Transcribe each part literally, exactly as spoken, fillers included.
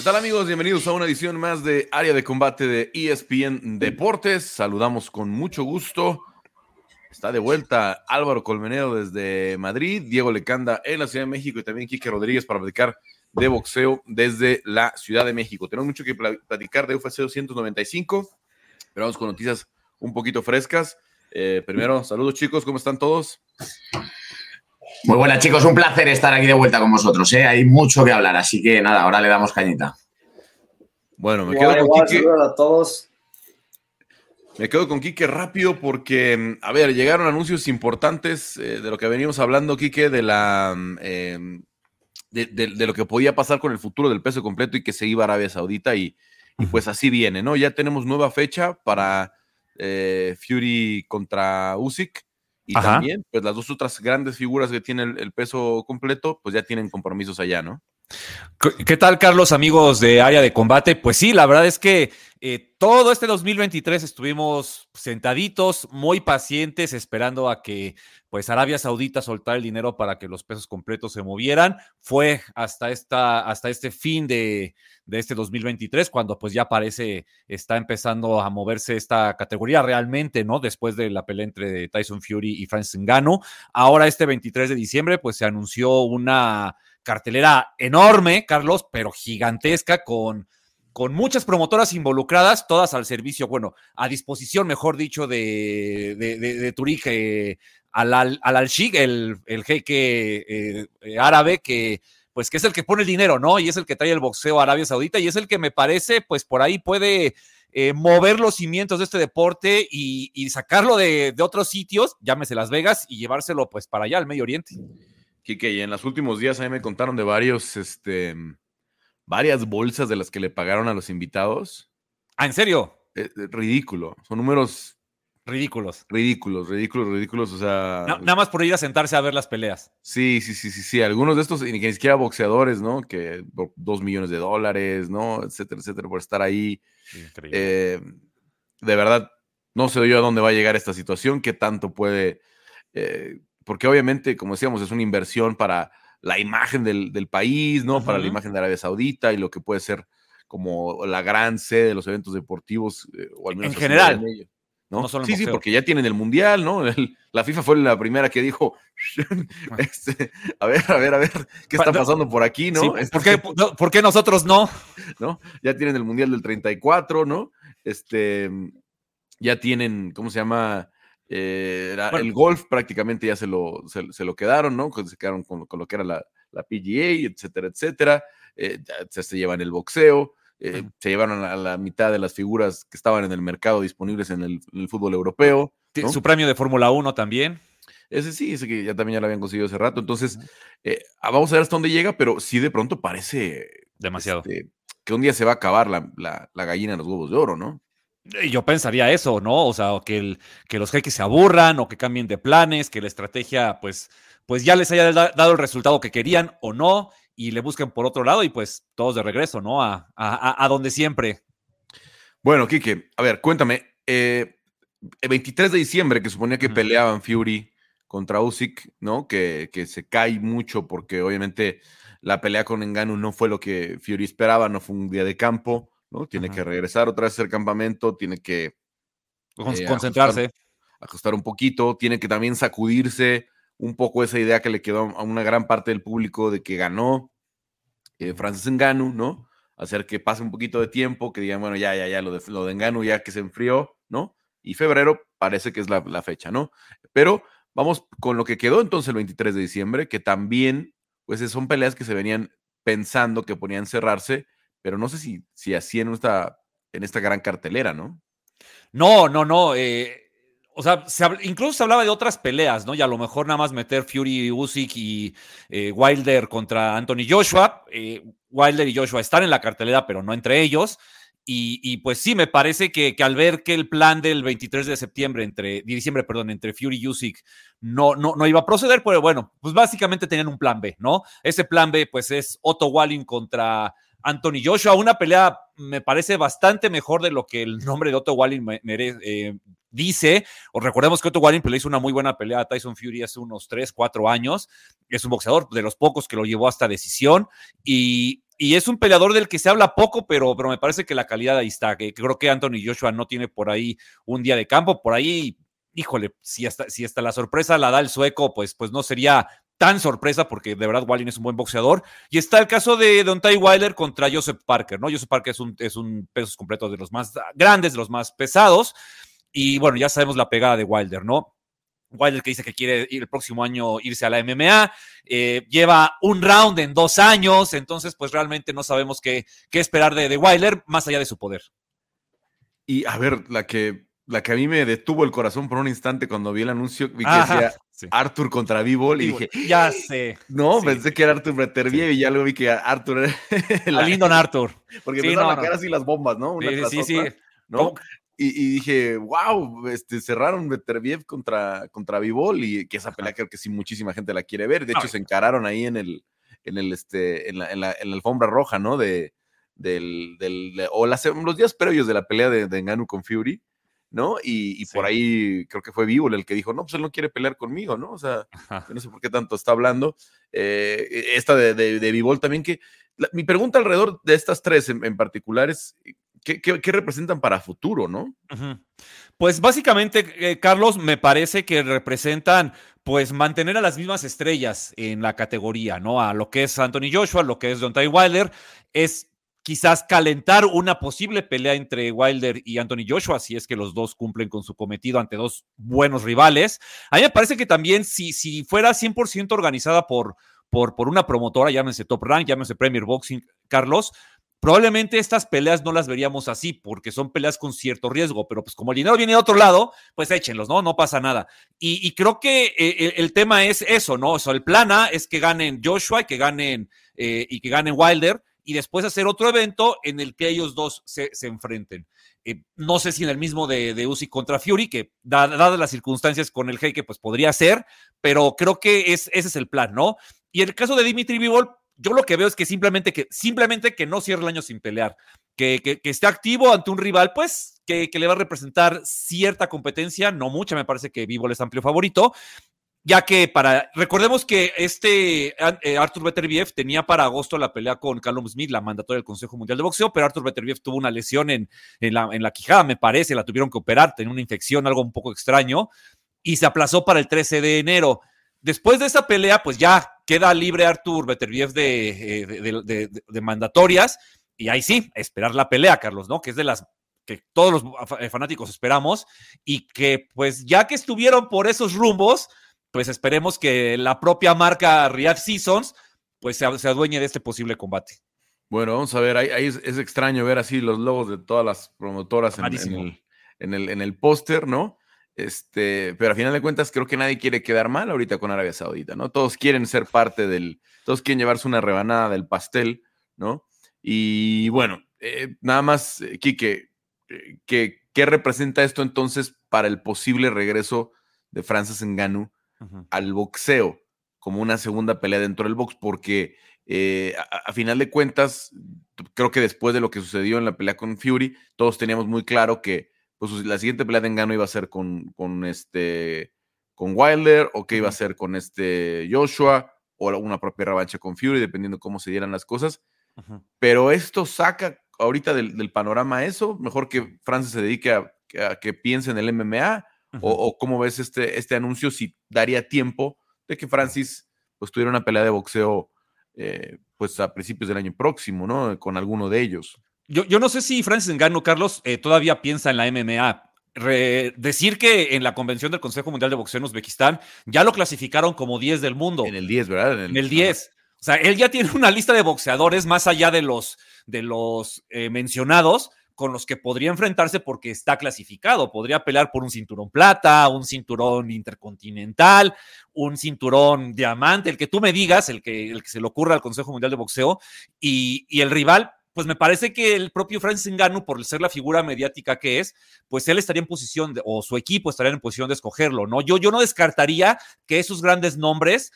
¿Qué tal, amigos? Bienvenidos a una edición más de Área de Combate de E S P N Deportes. Saludamos con mucho gusto. Está de vuelta Álvaro Colmenero desde Madrid, Diego Lecanda en la Ciudad de México y también Quique Rodríguez para platicar de boxeo desde la Ciudad de México. Tenemos mucho que platicar de U F C doscientos noventa y cinco, pero vamos con noticias un poquito frescas. Eh, primero, saludos, chicos, ¿cómo están todos? Muy buenas, chicos, un placer estar aquí de vuelta con vosotros, ¿eh? Hay mucho que hablar, así que nada, ahora le damos cañita. Bueno, me igual, quedo con igual, Quique. saludos a todos. Me quedo con Quique rápido porque, a ver, llegaron anuncios importantes eh, de lo que venimos hablando, Quique, de la eh, de, de, de lo que podía pasar con el futuro del peso completo y que se iba a Arabia Saudita y, y pues así viene, ¿no? Ya tenemos nueva fecha para eh, Fury contra Usyk y Ajá. también, pues las dos otras grandes figuras que tiene el, el peso completo, pues ya tienen compromisos allá, ¿no? ¿Qué tal, Carlos, amigos de Área de Combate? Pues sí, la verdad es que eh, todo este dos mil veintitrés estuvimos sentaditos, muy pacientes, esperando a que pues Arabia Saudita soltara el dinero para que los pesos completos se movieran. Fue hasta, esta, hasta este fin de, de este dos mil veintitrés, cuando pues ya parece está empezando a moverse esta categoría realmente, ¿no? Después de la pelea entre Tyson Fury y Francis Ngannou. Ahora este veintitrés de diciembre pues se anunció una cartelera enorme, Carlos, pero gigantesca, con, con muchas promotoras involucradas, todas al servicio, bueno, a disposición, mejor dicho, de, de, de, de Tariq eh, al, al Al-Sheikh, el, el jeque eh, eh, árabe, que pues que es el que pone el dinero, ¿no? Y es el que trae el boxeo a Arabia Saudita, y es el que me parece, pues por ahí puede eh, mover los cimientos de este deporte y, y sacarlo de, de otros sitios, llámese Las Vegas, y llevárselo pues para allá, al Medio Oriente. Quique, y en los últimos días a mí me contaron de varios, este, varias bolsas de las que le pagaron a los invitados. ¿Ah, en serio? Eh, eh, ridículo, son números ridículos. Ridículos, ridículos, ridículos, o sea... No, nada más por ir a sentarse a ver las peleas. Sí, sí, sí, sí, sí, algunos de estos, ni, ni siquiera boxeadores, ¿no? Que por dos millones de dólares, ¿no? Etcétera, etcétera, por estar ahí. Increíble. Eh, de verdad, no sé yo a dónde va a llegar esta situación, qué tanto puede... Eh, porque obviamente, como decíamos, es una inversión para la imagen del, del país, ¿no? Uh-huh. Para la imagen de Arabia Saudita y lo que puede ser como la gran sede de los eventos deportivos, eh, o al menos en general, ellos, ¿no? no solo sí, boxeo. Sí, porque ya tienen el mundial, ¿no? El, la FIFA fue la primera que dijo, este, a ver, a ver, a ver, ¿qué está pasando por aquí, no? Sí, este, ¿por, qué, ¿Por qué nosotros no? ¿No? Ya tienen el mundial del treinta y cuatro, ¿no? Este, ya tienen, ¿cómo se llama? Eh, la, bueno, el golf prácticamente ya se lo, se, se lo quedaron, ¿no? Se quedaron con, con lo que era la, la P G A, etcétera, etcétera. Eh, ya se llevan el boxeo, eh, uh-huh. se llevaron a la mitad de las figuras que estaban en el mercado disponibles en el, en el fútbol europeo, ¿no? Su premio de Fórmula uno también. Ese sí, ese que ya también ya lo habían conseguido hace rato. Entonces, uh-huh. eh, vamos a ver hasta dónde llega, pero sí de pronto parece demasiado. Este, que un día se va a acabar la, la, la gallina de los huevos de oro, ¿no? Yo pensaría eso, ¿no? O sea, que, el, que los jeques se aburran o que cambien de planes, que la estrategia, pues, pues ya les haya dado el resultado que querían o no, y le busquen por otro lado y pues todos de regreso, ¿no? A, a, a donde siempre. Bueno, Quique, a ver, cuéntame. Eh, el veintitrés de diciembre, que suponía que uh-huh. peleaban Fury contra Usyk, ¿no? Que, que se cae mucho porque obviamente la pelea con Ngannou no fue lo que Fury esperaba, no fue un día de campo, ¿no? Tiene uh-huh. que regresar otra vez al campamento, tiene que eh, concentrarse, ajustar, ajustar un poquito, tiene que también sacudirse un poco esa idea que le quedó a una gran parte del público de que ganó eh, Francis Ngannou, ¿no? Hacer que pase un poquito de tiempo, que digan, bueno, ya, ya, ya, lo de, lo de Ngannou ya que se enfrió, ¿no? Y febrero parece que es la, la fecha, ¿no? Pero vamos con lo que quedó entonces el veintitrés de diciembre, que también, pues son peleas que se venían pensando que podían cerrarse, pero no sé si, si así en esta, en esta gran cartelera, ¿no? No, no, no. Eh, o sea, se, incluso se hablaba de otras peleas, ¿no? Y a lo mejor nada más meter Fury, Usyk y eh, Wilder contra Anthony Joshua. Eh, Wilder y Joshua están en la cartelera, pero no entre ellos. Y, y pues sí, me parece que, que al ver que el plan del veintitrés de septiembre, entre, de diciembre, perdón, entre Fury y Usyk no, no, no iba a proceder, pero bueno, pues básicamente tenían un plan B, ¿no? Ese plan B, pues es Otto Wallin contra Anthony Joshua, una pelea me parece bastante mejor de lo que el nombre de Otto Wallin merece, eh, dice. Os recordemos que Otto Wallin le hizo una muy buena pelea a Tyson Fury hace unos tres, cuatro años. Es un boxeador de los pocos que lo llevó hasta decisión. Y, y es un peleador del que se habla poco, pero, pero me parece que la calidad ahí está, que, que creo que Anthony Joshua no tiene por ahí un día de campo, por ahí, híjole, si hasta, si hasta la sorpresa la da el sueco, pues, pues no sería tan sorpresa, porque de verdad Wallin es un buen boxeador. Y está el caso de Deontay Wilder contra Joseph Parker, ¿no? Joseph Parker es un, es un pesos completos de los más grandes, de los más pesados, y bueno, ya sabemos la pegada de Wilder, ¿no? Wilder que dice que quiere ir el próximo año irse a la M M A, eh, lleva un round en dos años, entonces pues realmente no sabemos qué, qué esperar de, de Wilder, más allá de su poder. Y a ver, la que, la que a mí me detuvo el corazón por un instante cuando vi el anuncio, vi que Ajá, decía sí. Arthur contra Bivol y dije, ya sé. no, sí. pensé que era Arthur Beterbiev sí. y ya luego vi que Arthur era... A Lyndon Arthur. Porque sí, empezaron no, a caer no. así las bombas, ¿no? Una sí, tras sí, otra, sí. ¿no? Y, y dije, wow, este, cerraron Beterbiev contra, contra Bivol y que esa pelea Ajá. creo que sí muchísima gente la quiere ver. De hecho, no, se encararon ahí en el, en el, este, en la, en la, en la alfombra roja, ¿no? De, del, del, de, o las, los días previos de la pelea de, de Ngannou con Fury, ¿no? Y, y sí. por ahí creo que fue Bivol el que dijo, no, pues él no quiere pelear conmigo, ¿no? O sea, Ajá. yo no sé por qué tanto está hablando. Eh, esta de, de, de Bivol también, que la, mi pregunta alrededor de estas tres en, en particular es, ¿qué, qué, qué representan para futuro, no? Uh-huh. Pues básicamente, eh, Carlos, me parece que representan pues mantener a las mismas estrellas en la categoría, ¿no? A lo que es Anthony Joshua, lo que es Deontay Wilder, es quizás calentar una posible pelea entre Wilder y Anthony Joshua, si es que los dos cumplen con su cometido ante dos buenos rivales. A mí me parece que también si, si fuera cien por ciento organizada por, por, por una promotora, llámese Top Rank, llámese Premier Boxing, Carlos, probablemente estas peleas no las veríamos así, porque son peleas con cierto riesgo, pero pues como el dinero viene de otro lado, pues échenlos, ¿no? No pasa nada. Y, y creo que eh, el, el tema es eso, ¿no? O sea, el plan A es que ganen Joshua y que ganen, eh, y que ganen Wilder, y después hacer otro evento en el que ellos dos se, se enfrenten. Eh, no sé si en el mismo de, de Usyk contra Fury, que dadas da las circunstancias con el Heike, pues podría ser, pero creo que es, ese es el plan, ¿no? Y en el caso de Dimitri Bivol, yo lo que veo es que simplemente que, simplemente que no cierre el año sin pelear, que, que, que esté activo ante un rival, pues, que, que le va a representar cierta competencia, no mucha, me parece que Bivol es amplio favorito, ya que para, recordemos que este eh, Arthur Beterbiev tenía para agosto la pelea con Callum Smith, la mandatoria del Consejo Mundial de Boxeo, pero Arthur Beterbiev tuvo una lesión en, en, la, en la quijada, me parece, la tuvieron que operar, tenía una infección, algo un poco extraño, y se aplazó para el trece de enero. Después de esa pelea, pues ya queda libre Arthur Beterbiev de, de, de, de, de mandatorias, y ahí sí, esperar la pelea, Carlos, ¿no? Que es de las que todos los fanáticos esperamos, y que pues ya que estuvieron por esos rumbos, pues esperemos que la propia marca Riyadh Seasons pues se, se adueñe de este posible combate. Bueno, vamos a ver, ahí, ahí es, es extraño ver así los logos de todas las promotoras en, en el, en el, en el póster, ¿no? Este, pero a final de cuentas creo que nadie quiere quedar mal ahorita con Arabia Saudita, ¿no? Todos quieren ser parte del, todos quieren llevarse una rebanada del pastel, ¿no? Y bueno, eh, nada más, eh, Quique, eh, ¿qué, ¿qué representa esto entonces para el posible regreso de Francis Ngannou uh-huh. al boxeo como una segunda pelea dentro del box? Porque eh, a, a final de cuentas, creo que después de lo que sucedió en la pelea con Fury, todos teníamos muy claro que pues la siguiente pelea de Ngannou iba a ser con, con, este, con Wilder, o que iba a ser con este Joshua, o una propia revancha con Fury, dependiendo cómo se dieran las cosas. Uh-huh. Pero esto saca ahorita del, del panorama eso, mejor que Francis se dedique a, a que piense en el M M A, uh-huh. o, o cómo ves este, este anuncio, si daría tiempo de que Francis pues tuviera una pelea de boxeo eh, pues a principios del año próximo, ¿no? Con alguno de ellos. Yo, yo no sé si Francis Ngannou, Carlos, eh, todavía piensa en la M M A. Re, decir que en la convención del Consejo Mundial de Boxeo en Uzbekistán ya lo clasificaron como diez del mundo. En el diez, ¿verdad? En el, en el diez. Ajá. O sea, él ya tiene una lista de boxeadores más allá de los, de los eh, mencionados con los que podría enfrentarse porque está clasificado. Podría pelear por un cinturón plata, un cinturón intercontinental, un cinturón diamante, el que tú me digas, el que, el que se le ocurra al Consejo Mundial de Boxeo. Y, y el rival, pues me parece que el propio Francis Ngannou, por ser la figura mediática que es, pues él estaría en posición, de, o su equipo estaría en posición de escogerlo, ¿no? Yo, yo no descartaría que esos grandes nombres,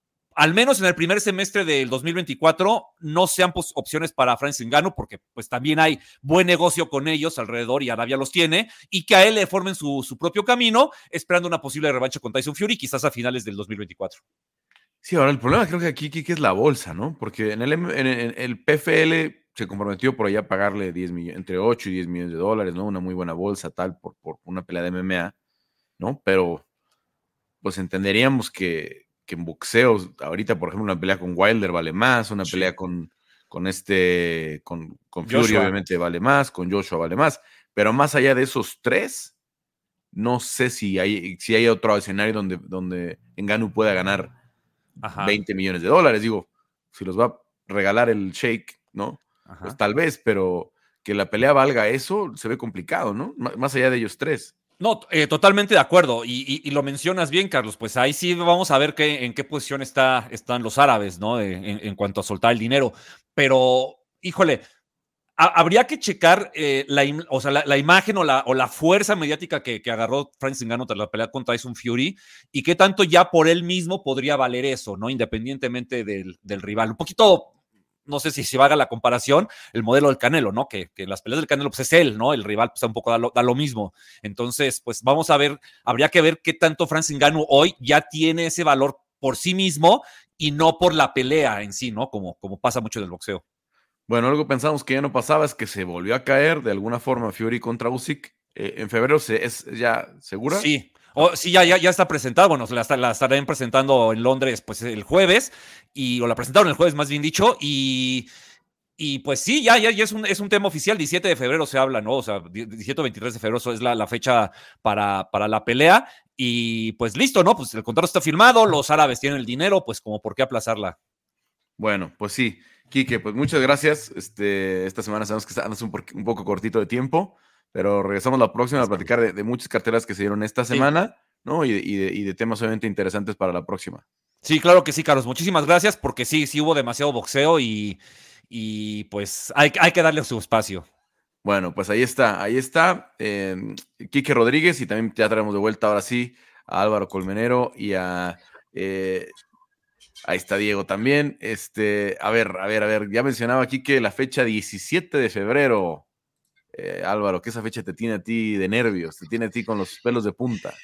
al menos en el primer semestre del dos mil veinticuatro, no sean pues, opciones para Francis Ngannou, porque pues también hay buen negocio con ellos alrededor y Arabia los tiene, y que a él le formen su, su propio camino, esperando una posible revancha con Tyson Fury, quizás a finales del dos mil veinticuatro. Sí, ahora el problema creo que aquí, aquí es la bolsa, ¿no? Porque en el, en, en el P F L se comprometió por allá a pagarle diez millones, entre ocho y diez millones de dólares, ¿no? Una muy buena bolsa, tal, por, por una pelea de M M A, ¿no? Pero, pues entenderíamos que, que en boxeo, ahorita, por ejemplo, una pelea con Wilder vale más, una Sí. pelea con, con este, con, con Fury Joshua. obviamente vale más, con Joshua vale más, pero más allá de esos tres, no sé si hay, si hay otro escenario donde, donde Ngannou pueda ganar Ajá. veinte millones de dólares. Digo, si los va a regalar el Sheikh, ¿no? Ajá. Pues tal vez, pero que la pelea valga eso se ve complicado, ¿no? M más allá de ellos tres. No, eh, totalmente de acuerdo. Y, y, y, lo mencionas bien, Carlos. Pues ahí sí vamos a ver qué, en qué posición está, están los árabes, ¿no? De, en, en cuanto a soltar el dinero. Pero, híjole, habría que checar eh, la, o sea, la, la, imagen o la, o la fuerza mediática que, que agarró Francis Ngannou tras la pelea contra Tyson Fury y qué tanto ya por él mismo podría valer eso, ¿no? Independientemente del, del rival. Un poquito, no sé si se haga la comparación, el modelo del Canelo, ¿no? Que, que en las peleas del Canelo pues es él, ¿no? El rival pues un poco da lo, da lo mismo. Entonces, pues vamos a ver, habría que ver qué tanto Francis Ngannou hoy ya tiene ese valor por sí mismo y no por la pelea en sí, ¿no? Como, como pasa mucho en el boxeo. Bueno, algo pensamos que ya no pasaba es que se volvió a caer de alguna forma Fury contra Usyk. Eh, en febrero se, es ya segura. Sí, oh, sí, ya, ya, ya está presentada. Bueno, la, la estarán presentando en Londres pues el jueves, y, o la presentaron el jueves, más bien dicho, y, y pues sí, ya, ya, ya es, un, es un tema oficial. diecisiete de febrero se habla, ¿no? O sea, diecisiete o veintitrés de febrero es la, la fecha para, para la pelea, y pues listo, ¿no? Pues el contrato está firmado, los árabes tienen el dinero, pues como por qué aplazarla. Bueno, pues sí. Quique, pues muchas gracias. Este, esta semana sabemos que estamos un, un poco cortito de tiempo, pero regresamos la próxima a platicar de, de muchas carteras que se dieron esta semana, sí. ¿no? Y de, y, de, y de temas obviamente interesantes para la próxima. Sí, claro que sí, Carlos. Muchísimas gracias, porque sí, sí hubo demasiado boxeo y, y pues hay, hay que darle su espacio. Bueno, pues ahí está, ahí está. Eh, Quique Rodríguez, y también ya traemos de vuelta ahora sí a Álvaro Colmenero y a... Eh, ahí está Diego también. Este, a ver, a ver, a ver, ya mencionaba aquí que la fecha diecisiete de febrero, eh, Álvaro, que esa fecha te tiene a ti de nervios, te tiene a ti con los pelos de punta.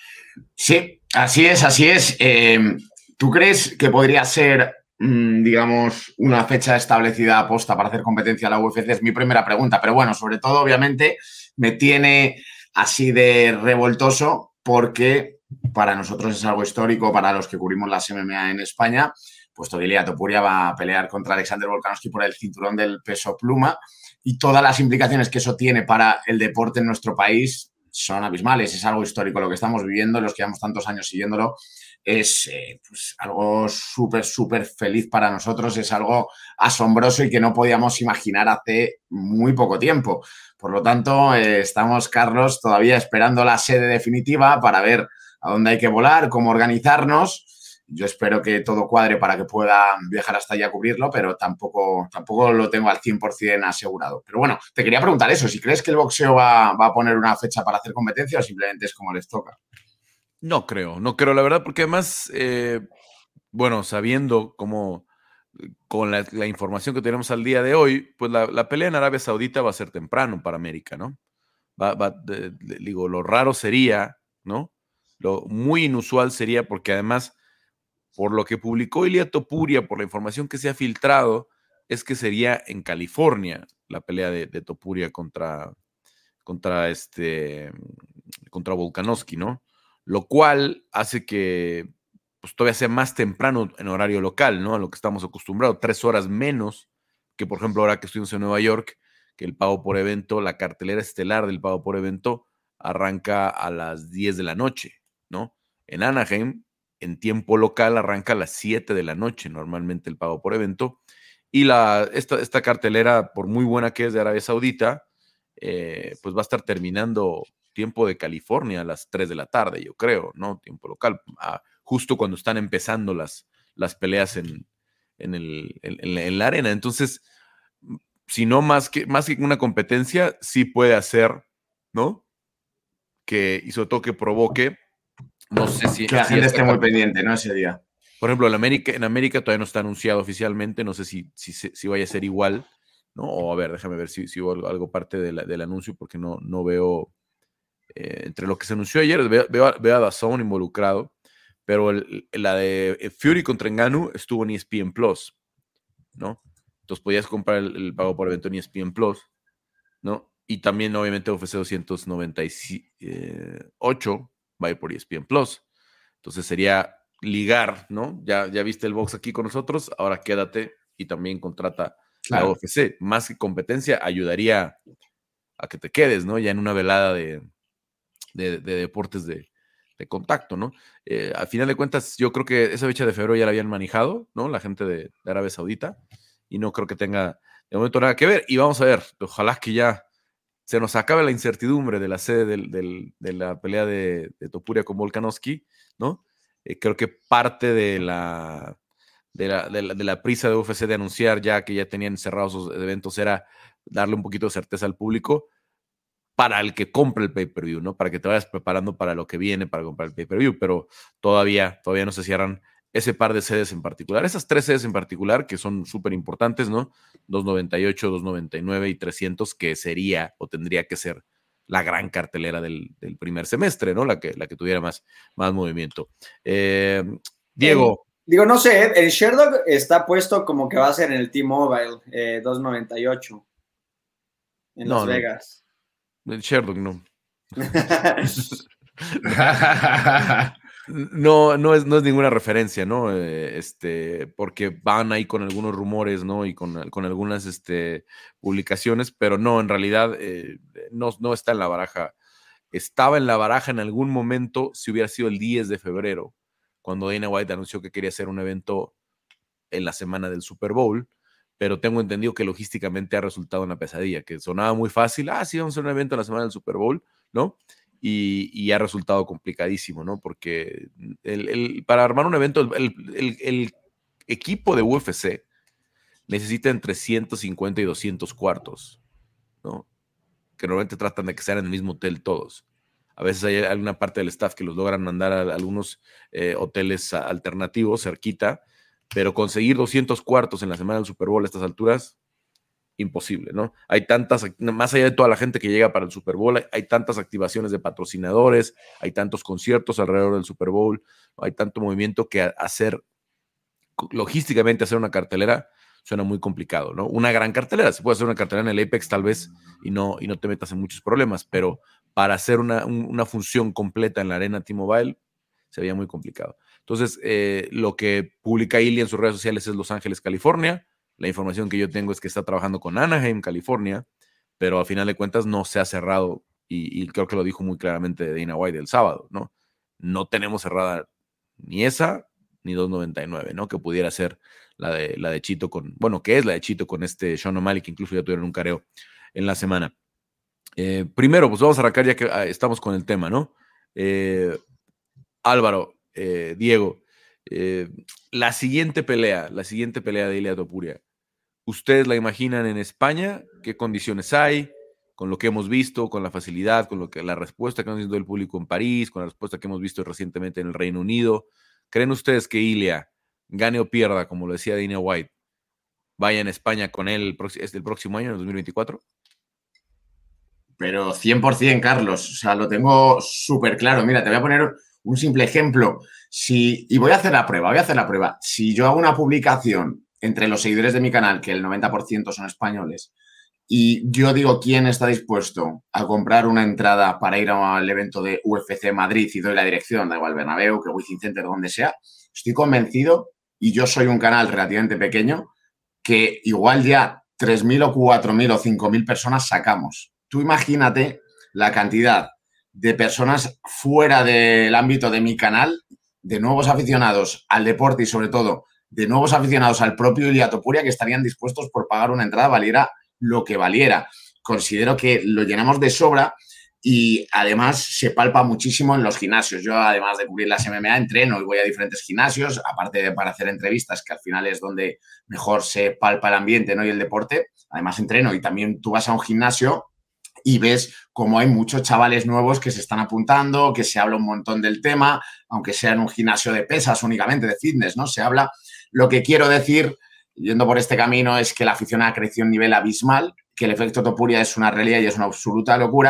Sí, así es, así es. Eh, ¿Tú crees que podría ser, mmm, digamos, una fecha establecida aposta para hacer competencia a la U F C? Es mi primera pregunta, pero bueno, sobre todo, obviamente, me tiene así de revoltoso porque para nosotros es algo histórico, para los que cubrimos las M M A en España, pues Ilia Topuria va a pelear contra Alexander Volkanovski por el cinturón del peso pluma, y todas las implicaciones que eso tiene para el deporte en nuestro país son abismales. Es algo histórico lo que estamos viviendo, los que llevamos tantos años siguiéndolo. Es eh, pues algo súper, súper feliz para nosotros, es algo asombroso y que no podíamos imaginar hace muy poco tiempo. Por lo tanto, eh, estamos, Carlos, todavía esperando la sede definitiva para ver a dónde hay que volar, cómo organizarnos. Yo espero que todo cuadre para que pueda viajar hasta allá a cubrirlo, pero tampoco, tampoco lo tengo al cien por ciento asegurado. Pero bueno, te quería preguntar eso, si crees que el boxeo va, va a poner una fecha para hacer competencia o simplemente es como les toca. No creo, no creo, la verdad, porque además, eh, bueno, sabiendo cómo, con la, la información que tenemos al día de hoy, pues la, la pelea en Arabia Saudita va a ser temprano para América, ¿no? Va, va, de, de, digo, lo raro sería, ¿no? Lo muy inusual sería porque además, por lo que publicó Ilia Topuria, por la información que se ha filtrado, es que sería en California la pelea de, de Topuria contra, contra, este, contra Volkanovski, ¿no? Lo cual hace que pues, todavía sea más temprano en horario local, ¿no? A lo que estamos acostumbrados, tres horas menos que, por ejemplo, ahora que estuvimos en Nueva York, que el pago por evento, la cartelera estelar del pago por evento arranca a las diez de la noche, ¿no? En Anaheim, en tiempo local, arranca a las siete de la noche, normalmente el pago por evento. Y la, esta, esta cartelera, por muy buena que es de Arabia Saudita, eh, pues va a estar terminando tiempo de California a las tres de la tarde, yo creo, ¿no? Tiempo local, ah, justo cuando están empezando las, las peleas en, en, el, en, en la arena. Entonces, si no más que, más que una competencia, sí puede hacer, ¿no? Que, y sobre todo que provoque, no sé si... Que la si gente esté muy campeón. pendiente, ¿no? Ese día. Por ejemplo, en América, en América todavía no está anunciado oficialmente, no sé si, si, si vaya a ser igual, ¿no? O a ver, déjame ver si, si hubo algo, algo parte de la, del anuncio, porque no, no veo, eh, entre lo que se anunció ayer, veo, veo, veo a D A Z N involucrado, pero el, la de Fury contra Ngannou estuvo en E S P N Plus, ¿no? Entonces podías comprar el, el pago por evento en E S P N Plus, ¿no? Y también, obviamente, U F C doscientos noventa y ocho va a ir por E S P N Plus. Entonces sería ligar, ¿no? Ya, ya viste el box aquí con nosotros, ahora quédate y también contrata claro. la U F C. Más que competencia, ayudaría a que te quedes, ¿no? Ya en una velada de, de, de deportes de, de contacto, ¿no? Eh, al final de cuentas, yo creo que esa fecha de febrero ya la habían manejado, ¿no? La gente de, de Arabia Saudita, y no creo que tenga de momento nada que ver. Y vamos a ver, ojalá que ya se nos acabe la incertidumbre de la sede del, del, de la pelea de, de Topuria con Volkanovski, ¿no? Eh, creo que parte de la, de, la, de, la, de la prisa de U F C de anunciar ya que ya tenían cerrados sus eventos era darle un poquito de certeza al público para el que compre el pay-per-view, ¿no? Para que te vayas preparando para lo que viene para comprar el pay-per-view, pero todavía, todavía no se cierran ese par de sedes en particular, esas tres sedes en particular que son súper importantes, ¿no? doscientos noventa y ocho, doscientos noventa y nueve y trescientos, que sería o tendría que ser la gran cartelera del, del primer semestre, ¿no? La que, la que tuviera más, más movimiento. Eh, Diego. Eh, digo, no sé, el Sherdog está puesto como que va a ser en el T-Mobile, eh, doscientos noventa y ocho, en no, Las no. Vegas. El Sherdog no. No, no es, no es ninguna referencia, ¿no? Eh, este, porque van ahí con algunos rumores, ¿no? Y con, con algunas este, publicaciones, pero no, en realidad eh, no, no está en la baraja. Estaba en la baraja en algún momento si hubiera sido el diez de febrero, cuando Dana White anunció que quería hacer un evento en la semana del Super Bowl, pero tengo entendido que logísticamente ha resultado una pesadilla, que sonaba muy fácil, ah, sí, vamos a hacer un evento en la semana del Super Bowl, ¿no? Y, y ha resultado complicadísimo, ¿no? Porque el, el, para armar un evento, el, el, el equipo de U F C necesita entre ciento cincuenta y doscientos cuartos, ¿no? Que normalmente tratan de que sean en el mismo hotel todos. A veces hay alguna parte del staff que los logran mandar a algunos eh, hoteles alternativos cerquita, pero conseguir doscientos cuartos en la semana del Super Bowl a estas alturas, imposible, ¿no? Hay tantas, más allá de toda la gente que llega para el Super Bowl, hay, hay tantas activaciones de patrocinadores, hay tantos conciertos alrededor del Super Bowl, hay tanto movimiento que hacer, logísticamente hacer una cartelera suena muy complicado, ¿no? Una gran cartelera, se puede hacer una cartelera en el Apex tal vez y no, y no te metas en muchos problemas, pero para hacer una, un, una función completa en la arena T-Mobile se veía muy complicado. Entonces, eh, lo que publica Ilya en sus redes sociales es Los Ángeles, California. La información que yo tengo es que está trabajando con Anaheim, California, pero a final de cuentas no se ha cerrado, y, y creo que lo dijo muy claramente Dana White el sábado, ¿no? No tenemos cerrada ni esa, ni doscientos noventa y nueve, ¿no? Que pudiera ser la de, la de Chito con, bueno, que es la de Chito con este Sean O'Malley, que incluso ya tuvieron un careo en la semana. Eh, primero, pues vamos a arrancar ya que ah, estamos con el tema, ¿no? Eh, Álvaro, eh, Diego, eh, la siguiente pelea, la siguiente pelea de Ilia Topuria, ¿ustedes la imaginan en España? ¿Qué condiciones hay? Con lo que hemos visto, con la facilidad, con lo que la respuesta que hemos visto del público en París, con la respuesta que hemos visto recientemente en el Reino Unido. ¿Creen ustedes que Ilia, gane o pierda, como lo decía Dana White, vaya en España con él el, próximo, el próximo año, en el dos mil veinticuatro? Pero cien por ciento, Carlos. O sea, lo tengo súper claro. Mira, te voy a poner un simple ejemplo. Si, y voy a hacer la prueba, voy a hacer la prueba. Si yo hago una publicación entre los seguidores de mi canal, que el noventa por ciento son españoles, y yo digo quién está dispuesto a comprar una entrada para ir al evento de U F C Madrid y doy la dirección, da igual Bernabéu, que Wizzing Center, donde sea, estoy convencido, y yo soy un canal relativamente pequeño, que igual ya tres mil o cuatro mil o cinco mil personas sacamos. Tú imagínate la cantidad de personas fuera del ámbito de mi canal, de nuevos aficionados al deporte y sobre todo de nuevos aficionados al propio Ilia Topuria que estarían dispuestos por pagar una entrada, valiera lo que valiera. Considero que lo llenamos de sobra y además se palpa muchísimo en los gimnasios. Yo, además de cubrir las M M A, entreno y voy a diferentes gimnasios, aparte de para hacer entrevistas, que al final es donde mejor se palpa el ambiente, ¿no? Y el deporte. Además entreno y también tú vas a un gimnasio y ves cómo hay muchos chavales nuevos que se están apuntando, que se habla un montón del tema, aunque sea en un gimnasio de pesas únicamente, de fitness, ¿no? Se habla. Lo que quiero decir, yendo por este camino, es que la afición ha crecido a un nivel abismal, que el efecto Topuria es una realidad y es una absoluta locura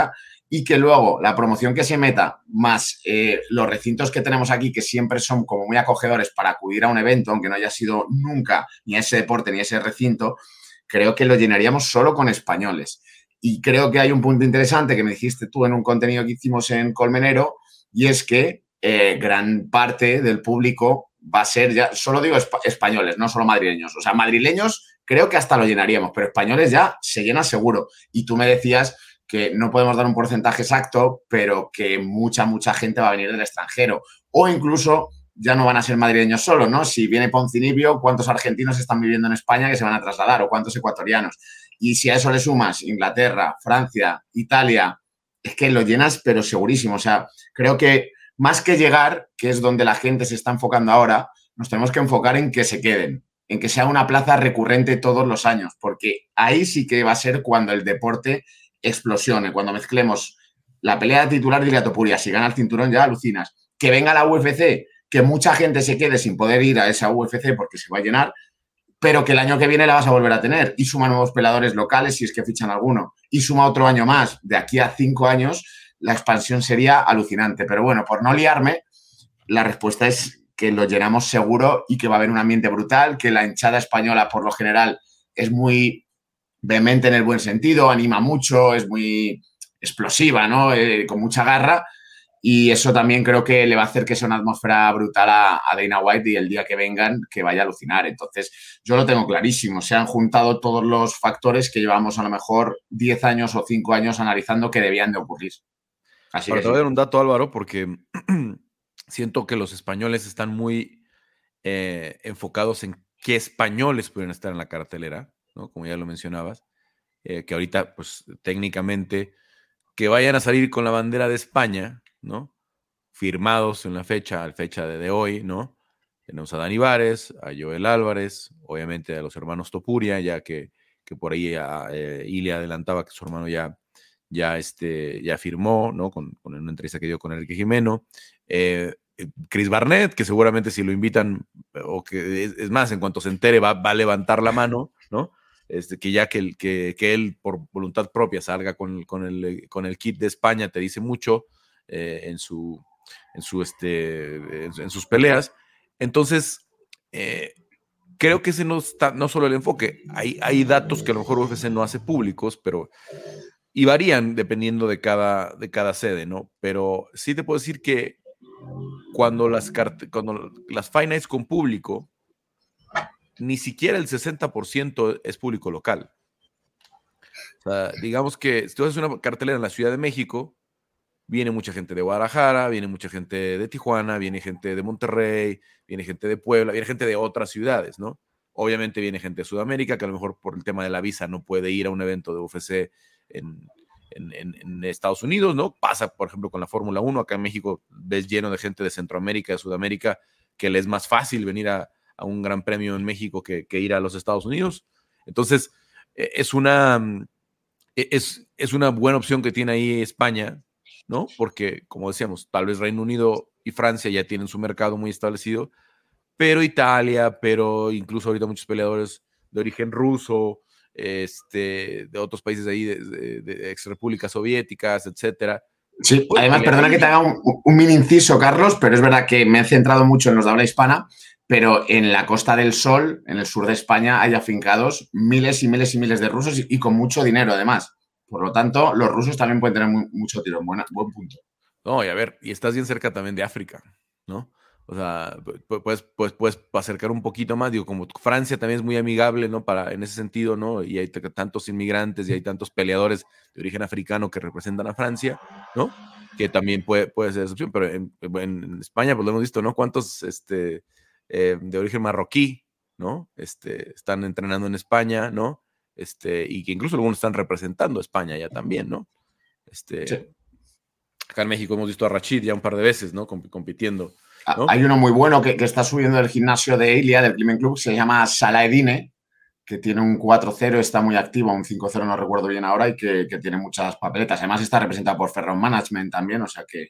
y que luego la promoción que se meta, más eh, los recintos que tenemos aquí, que siempre son como muy acogedores para acudir a un evento, aunque no haya sido nunca ni ese deporte ni ese recinto, creo que lo llenaríamos solo con españoles. Y creo que hay un punto interesante que me dijiste tú en un contenido que hicimos en Colmenero, y es que eh, gran parte del público va a ser ya, solo digo esp- españoles, no solo madrileños. O sea, madrileños creo que hasta lo llenaríamos, pero españoles ya se llena seguro. Y tú me decías que no podemos dar un porcentaje exacto, pero que mucha, mucha gente va a venir del extranjero. O incluso ya no van a ser madrileños solo, ¿no? Si viene Poncinibio, ¿cuántos argentinos están viviendo en España que se van a trasladar? ¿O cuántos ecuatorianos? Y si a eso le sumas Inglaterra, Francia, Italia, es que lo llenas, pero segurísimo. O sea, creo que más que llegar, que es donde la gente se está enfocando ahora, nos tenemos que enfocar en que se queden, en que sea una plaza recurrente todos los años, porque ahí sí que va a ser cuando el deporte explosione, cuando mezclemos la pelea de titular de Topuria, si gana el cinturón ya alucinas, que venga la U F C, que mucha gente se quede sin poder ir a esa U F C porque se va a llenar, pero que el año que viene la vas a volver a tener y suma nuevos peleadores locales si es que fichan alguno y suma otro año más. De aquí a cinco años la expansión sería alucinante. Pero bueno, por no liarme, la respuesta es que lo llenamos seguro y que va a haber un ambiente brutal, que la hinchada española por lo general es muy vehemente en el buen sentido, anima mucho, es muy explosiva, ¿no? Eh, con mucha garra. Y eso también creo que le va a hacer que sea una atmósfera brutal a, a Dana White y el día que vengan que vaya a alucinar. Entonces, yo lo tengo clarísimo. Se han juntado todos los factores que llevamos a lo mejor diez años o cinco años analizando que debían de ocurrir. Así Para que te voy a sí. dar un dato, Álvaro, porque siento que los españoles están muy eh, enfocados en qué españoles pueden estar en la cartelera, ¿no? Como ya lo mencionabas, eh, que ahorita, pues técnicamente, que vayan a salir con la bandera de España, ¿no? Firmados en la fecha, al fecha de, de hoy, ¿no? Tenemos a Dani Vares, a Joel Álvarez, obviamente a los hermanos Topuria, ya que, que por ahí a, eh, Ilia adelantaba que su hermano ya, ya, este, ya firmó, ¿no? Con, con una entrevista que dio con Enrique Jimeno. Eh, Chris Barnett, que seguramente si lo invitan, o que es, es más, en cuanto se entere, va, va a levantar la mano, ¿no? Este, que ya que, el, que, que él por voluntad propia salga con, con, el, con el kit de España te dice mucho eh, en, su, en, su, este, en, en sus peleas. Entonces, eh, creo que ese no está, no solo el enfoque, hay, hay datos que a lo mejor U F C no hace públicos, pero y varían dependiendo de cada, de cada sede, ¿no? Pero sí te puedo decir que cuando las, cuando las Fight Nights con público, ni siquiera el sesenta por ciento es público local. O sea, digamos que si tú haces una cartelera en la Ciudad de México, viene mucha gente de Guadalajara, viene mucha gente de Tijuana, viene gente de Monterrey, viene gente de Puebla, viene gente de otras ciudades, ¿no? Obviamente viene gente de Sudamérica, que a lo mejor por el tema de la visa no puede ir a un evento de U F C en, en, en, en Estados Unidos, ¿no? Pasa, por ejemplo, con la Fórmula uno. Acá en México ves lleno de gente de Centroamérica, de Sudamérica, que le es más fácil venir a, a un gran premio en México que, que ir a los Estados Unidos. Entonces, es una, es, es una buena opción que tiene ahí España, ¿no? Porque, como decíamos, tal vez Reino Unido y Francia ya tienen su mercado muy establecido, pero Italia, pero incluso ahorita muchos peleadores de origen ruso, este, de otros países ahí, de, de, de ex repúblicas soviéticas, etcétera. Sí, pues, además, perdona ahí. que te haga un, un mini inciso, Carlos, pero es verdad que me he centrado mucho en los de habla hispana, pero en la Costa del Sol, en el sur de España, hay afincados miles y miles y miles de rusos y, y con mucho dinero, además. Por lo tanto, los rusos también pueden tener muy, mucho tiro. Buena, buen punto. No, y a ver, y estás bien cerca también de África, ¿no? O sea, puedes, puedes, puedes acercar un poquito más. Digo, como Francia también es muy amigable, ¿no? Para, en ese sentido, ¿no? Y hay tantos inmigrantes y hay tantos peleadores de origen africano que representan a Francia, ¿no? Que también puede, puede ser esa opción. Pero en, en España, pues lo hemos visto, ¿no? Cuántos este, eh, de origen marroquí, ¿no? Este, están entrenando en España, ¿no? Este, y que incluso algunos están representando a España ya también, ¿no? Este, sí. Acá en México hemos visto a Rachid ya un par de veces, ¿no? Comp compitiendo, ¿no? Hay uno muy bueno que, que está subiendo del gimnasio de Ilia, del Climen Club, se llama Salaedine, que tiene un cuatro cero, está muy activo, un cinco cero no recuerdo bien ahora, y que, que tiene muchas papeletas. Además está representado por Ferron Management también, o sea que,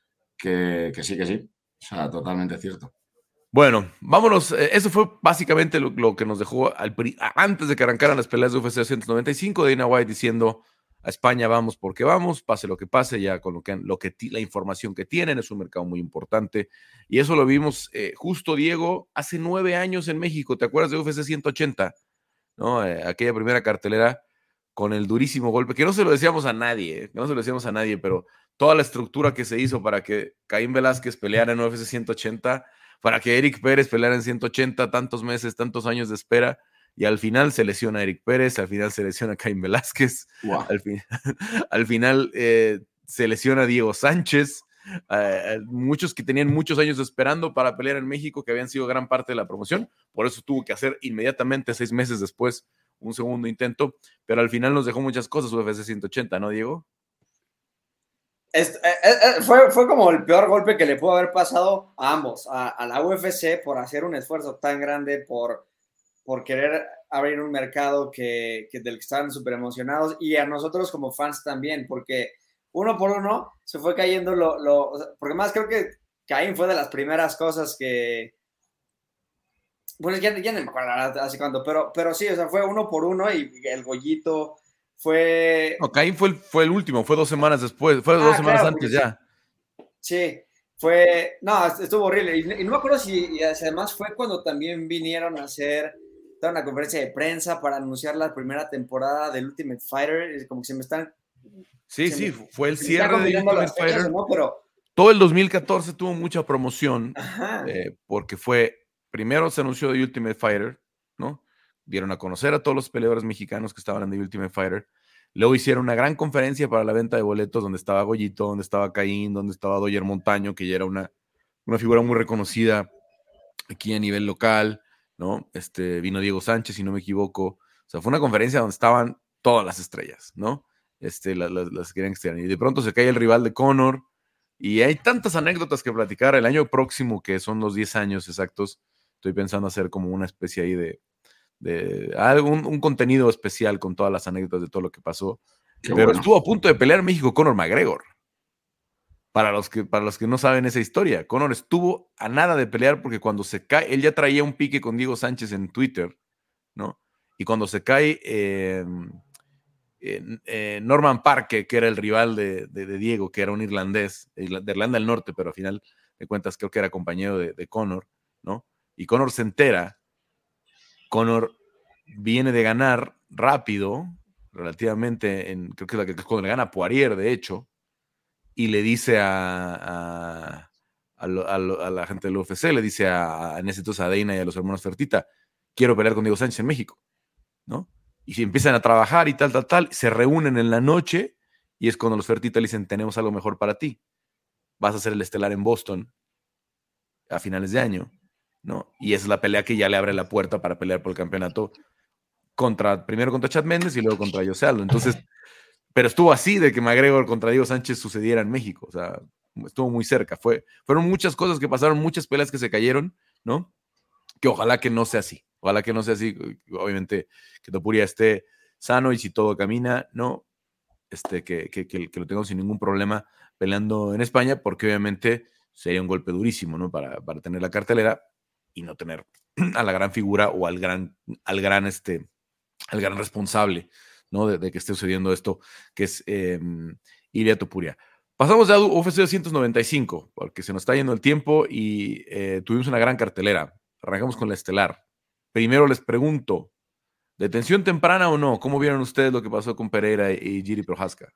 que, que sí, que sí. O sea, totalmente cierto. Bueno, vámonos. Eso fue básicamente lo, lo que nos dejó al, antes de que arrancaran las peleas de U F C ciento noventa y cinco, Dana White diciendo A España vamos porque vamos, pase lo que pase, ya con lo que, lo que la información que tienen, es un mercado muy importante. Y eso lo vimos eh, justo, Diego, hace nueve años en México. ¿Te acuerdas de U F C ciento ochenta? ¿No? Eh, aquella primera cartelera con el durísimo golpe, que no se lo decíamos a nadie, eh, que no se lo decíamos a nadie, pero toda la estructura que se hizo para que Caín Velázquez peleara en U F C ciento ochenta, para que Eric Pérez peleara en ciento ochenta, tantos meses, tantos años de espera. Y al final se lesiona a Eric Pérez, al final se lesiona a Caín Velázquez, wow. al, fin, al final eh, se lesiona a Diego Sánchez, eh, muchos que tenían muchos años esperando para pelear en México, que habían sido gran parte de la promoción, por eso tuvo que hacer inmediatamente, seis meses después, un segundo intento, pero al final nos dejó muchas cosas U F C ciento ochenta, ¿no, Diego? Es, eh, eh, fue, fue como el peor golpe que le pudo haber pasado a ambos, a, a la U F C por hacer un esfuerzo tan grande, por... por querer abrir un mercado que, que del que estaban súper emocionados, y a nosotros como fans también, porque uno por uno se fue cayendo lo, lo porque más creo que Caín fue de las primeras cosas que, bueno, ya, ya no me acuerdo hace cuánto, pero, pero sí, o sea, fue uno por uno, y el Goyito fue... No, Caín fue el, fue el último, fue dos semanas después, fue ah, dos semanas claro, antes ya. Sí, fue, no, estuvo horrible, y, y no me acuerdo si y además fue cuando también vinieron a hacer una conferencia de prensa para anunciar la primera temporada del Ultimate Fighter, como que se me están... Sí, sí, me, fue el cierre de Ultimate Fighter. Fechas, ¿no? Pero... todo el dos mil catorce tuvo mucha promoción, eh, porque fue, primero se anunció de Ultimate Fighter, ¿no? Dieron a conocer a todos los peleadores mexicanos que estaban en The Ultimate Fighter. Luego hicieron una gran conferencia para la venta de boletos, donde estaba Goyito, donde estaba Caín, donde estaba Doyer Montaño, que ya era una, una figura muy reconocida aquí a nivel local, ¿no? Este, vino Diego Sánchez, si no me equivoco. O sea, fue una conferencia donde estaban todas las estrellas, ¿no? Este, las, las, las querían externar. Y de pronto se cae el rival de Conor, y hay tantas anécdotas que platicar. El año próximo, que son los diez años exactos, estoy pensando hacer como una especie ahí de, de algún, un contenido especial con todas las anécdotas de todo lo que pasó. Qué Pero bueno. Estuvo a punto de pelear México Conor McGregor. Para los, que, para los que no saben esa historia, Conor estuvo a nada de pelear, porque cuando se cae, él ya traía un pique con Diego Sánchez en Twitter, ¿no? Y cuando se cae eh, eh, eh, Norman Parke, que era el rival de, de, de Diego, que era un irlandés, de Irlanda del Norte, pero al final de cuentas creo que era compañero de, de Conor, ¿no? Y Conor se entera, Conor viene de ganar rápido, relativamente, en, creo que es la que cuando le gana a Poirier, de hecho, y le dice a, a, a, lo, a, lo, a la gente del U F C, le dice a, a en ese entonces a Dana y a los hermanos Fertitta, quiero pelear con Diego Sánchez en México, ¿no? Y se empiezan a trabajar y tal, tal, tal, se reúnen en la noche, y es cuando los Fertitta le dicen, tenemos algo mejor para ti, vas a hacer el estelar en Boston a finales de año, ¿no? Y esa es la pelea que ya le abre la puerta para pelear por el campeonato, contra, primero contra Chad Mendes y luego contra Jose Aldo. Entonces, pero estuvo así de que McGregor contra Diego Sánchez sucediera en México, o sea, estuvo muy cerca. Fue, fueron muchas cosas que pasaron, muchas peleas que se cayeron, ¿no? Que ojalá que no sea así, ojalá que no sea así, obviamente que Topuria esté sano y si todo camina, ¿no? Este, que, que, que, que lo tengamos sin ningún problema peleando en España, porque obviamente sería un golpe durísimo, ¿no? Para, para tener la cartelera y no tener a la gran figura o al gran, al gran, este, al gran responsable, ¿no? De, de que esté sucediendo esto, que es eh, Ilia Topuria. Pasamos a U F C doscientos noventa y cinco, porque se nos está yendo el tiempo y eh, tuvimos una gran cartelera. Arrancamos con la estelar. Primero les pregunto, ¿detención temprana o no? ¿Cómo vieron ustedes lo que pasó con Pereira y Jiri Prochazka?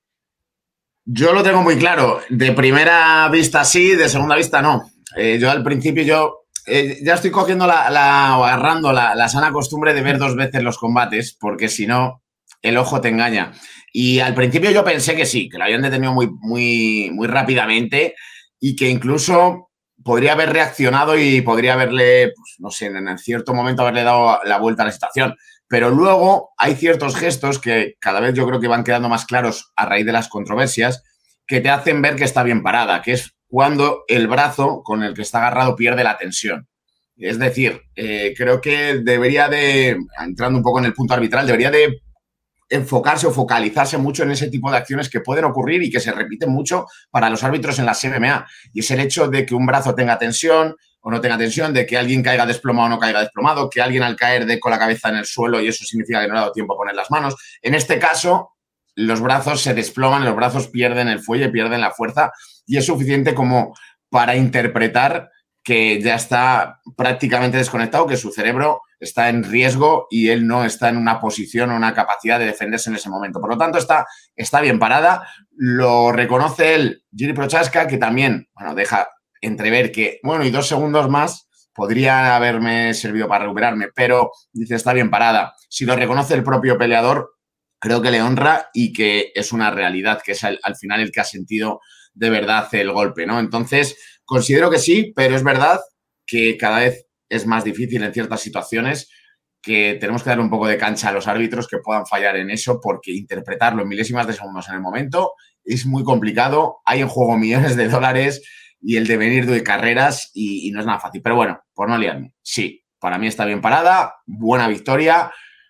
Yo lo tengo muy claro. De primera vista sí, de segunda vista no. Eh, yo al principio yo eh, ya estoy cogiendo la, la o agarrando la, la sana costumbre de ver dos veces los combates, porque si no, el ojo te engaña. Y al principio yo pensé que sí, que lo habían detenido muy, muy, muy rápidamente y que incluso podría haber reaccionado y podría haberle, pues, no sé, en cierto momento haberle dado la vuelta a la situación. Pero luego hay ciertos gestos que cada vez yo creo que van quedando más claros a raíz de las controversias, que te hacen ver que está bien parada, que es cuando el brazo con el que está agarrado pierde la tensión. Es decir, eh, creo que debería de, entrando un poco en el punto arbitral, debería de enfocarse o focalizarse mucho en ese tipo de acciones que pueden ocurrir y que se repiten mucho para los árbitros en la M M A. Y es el hecho de que un brazo tenga tensión o no tenga tensión, de que alguien caiga desplomado o no caiga desplomado, que alguien al caer dé con la cabeza en el suelo y eso significa que no le ha dado tiempo a poner las manos. En este caso, los brazos se desploman, los brazos pierden el fuelle, pierden la fuerza y es suficiente como para interpretar que ya está prácticamente desconectado, que su cerebro está en riesgo y él no está en una posición o una capacidad de defenderse en ese momento. Por lo tanto, está, está bien parada, lo reconoce él, Jiri Prochazka, que también, bueno, deja entrever que, bueno, y dos segundos más podría haberme servido para recuperarme, pero dice, está bien parada. Si lo reconoce el propio peleador, creo que le honra y que es una realidad, que es al, al final el que ha sentido de verdad el golpe, ¿no? Entonces, considero que sí, pero es verdad que cada vez es más difícil en ciertas situaciones, que tenemos que dar un poco de cancha a los árbitros que puedan fallar en eso, porque interpretarlo en milésimas de segundos en el momento es muy complicado. Hay en juego millones de dólares y el devenir de carreras y, y no es nada fácil. Pero bueno, por no liarme, sí, para mí está bien parada, buena victoria,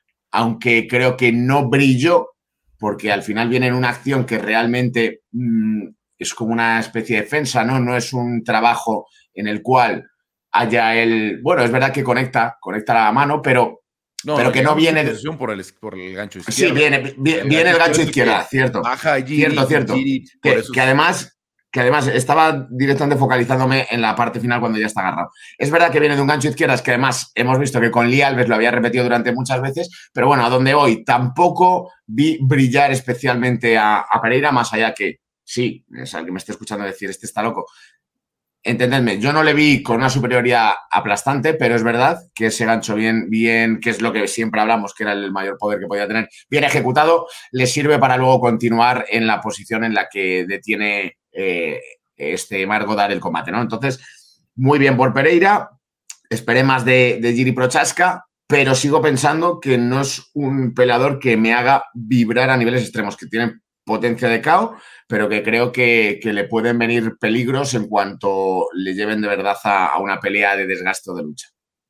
aunque creo que no brilló, porque al final viene en una acción que realmente mmm, es como una especie de defensa, ¿no? No es un trabajo en el cual haya el... Bueno, es verdad que conecta, conecta la mano, pero, no, pero que no viene... De... Por el, por el gancho izquierdo. Sí, viene, viene el, viene gancho, el gancho izquierda, cierto. Baja Jiri, cierto, cierto. Jiri, que, que además... que además estaba directamente focalizándome en la parte final cuando ya está agarrado. Es verdad que viene de un gancho izquierdas que además hemos visto que con Lee Alves lo había repetido durante muchas veces, pero bueno, a donde voy, tampoco vi brillar especialmente a, a Pereira, más allá que, sí, es alguien que me esté escuchando decir, este está loco. Entendedme, yo no le vi con una superioridad aplastante, pero es verdad que ese gancho bien, bien, que es lo que siempre hablamos, que era el mayor poder que podía tener, bien ejecutado, le sirve para luego continuar en la posición en la que detiene eh, este Marc Goddard el combate, ¿no? Entonces, muy bien por Pereira, esperé más de, de Jiri Prochazka, pero sigo pensando que no es un peleador que me haga vibrar a niveles extremos, que tiene potencia de K O, pero que creo que, que le pueden venir peligros en cuanto le lleven de verdad a, a una pelea de desgaste o de lucha.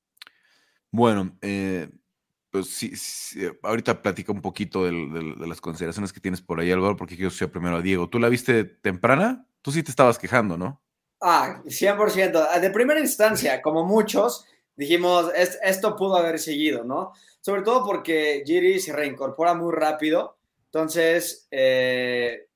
Bueno, eh, pues sí, sí, ahorita platica un poquito del, del, de las consideraciones que tienes por ahí, Álvaro, porque quiero ser primero a Diego. ¿Tú la viste temprana? Tú sí te estabas quejando, ¿no? Ah, cien por ciento. De primera instancia, como muchos, dijimos, es, esto pudo haber seguido, ¿no? Sobre todo porque Jiri se reincorpora muy rápido. Entonces, eh,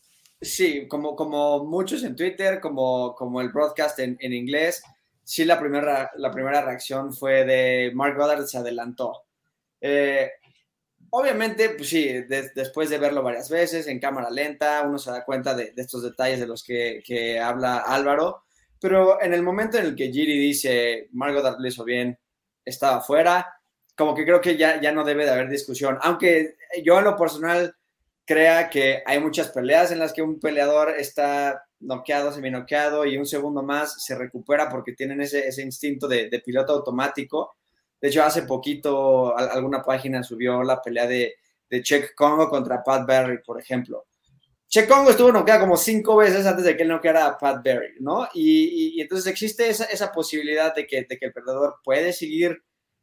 sí, como, como muchos en Twitter, como, como el broadcast en, en inglés, sí la primera, la primera reacción fue de Marc Goddard se adelantó. Eh, obviamente, pues sí, de, después de verlo varias veces en cámara lenta, uno se da cuenta de, de estos detalles de los que, que habla Álvaro, pero en el momento en el que Jiri dice Marc Goddard lo hizo bien, estaba fuera, como que creo que ya, ya no debe de haber discusión, aunque yo en lo personal crea que hay muchas peleas en las que un peleador está noqueado, semi-noqueado y un segundo más se recupera porque tienen ese, ese instinto de, de piloto automático. De hecho, hace poquito alguna página subió la pelea de, de Cheick Kongo contra Pat Barry, por ejemplo. Cheick Kongo estuvo noqueado como cinco veces antes de que él noqueara a Pat Barry, ¿no? Y, y, y entonces existe esa, esa posibilidad de que, de que el perdedor puede seguir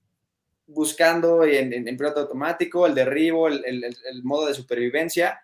buscando en, en, en piloto automático, el derribo, el, el, el modo de supervivencia,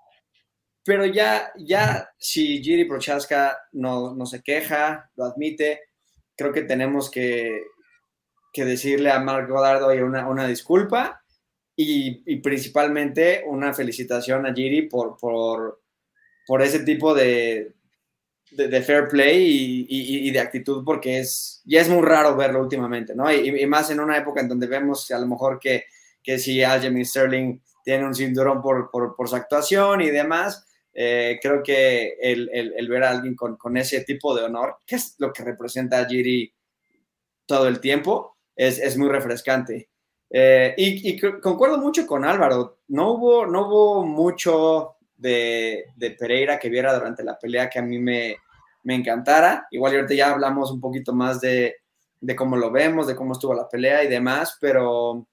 pero ya, ya si Jiri Prochazka no, no se queja, lo admite, creo que tenemos que, que decirle a Marc Goddard hoy una, una disculpa y, y principalmente una felicitación a Jiri por, por, por ese tipo de, de, de fair play y, y, y de actitud, porque es, ya es muy raro verlo últimamente, ¿no? Y, y más en una época en donde vemos a lo mejor que, que si Aljamain Sterling tiene un cinturón por, por, por su actuación y demás, eh, creo que el, el, el ver a alguien con, con ese tipo de honor, que es lo que representa a Jiri todo el tiempo, es, es muy refrescante. Eh, y, y concuerdo mucho con Álvaro, no hubo, no hubo mucho de, de Pereira que viera durante la pelea que a mí me, me encantara. Igual ahorita ya hablamos un poquito más de, de cómo lo vemos, de cómo estuvo la pelea y demás, pero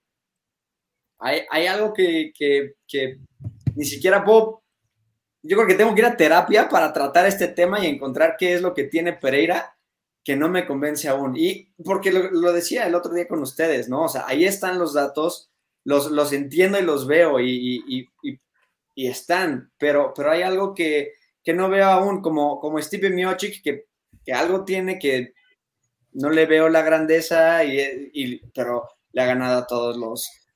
hay, hay algo que, que, que ni siquiera puedo, yo creo que tengo que ir a terapia para tratar este tema y encontrar qué es lo que tiene Pereira que no me convence aún. Y porque lo, lo decía el otro día con ustedes, ¿no? O sea, ahí están los datos, los, los entiendo y los veo y, y, y, y están, pero, pero hay algo que, que no veo aún, como, como Stipe Miocic, que, que algo tiene que no le veo la grandeza, y, y, pero le ha ganado a todos los,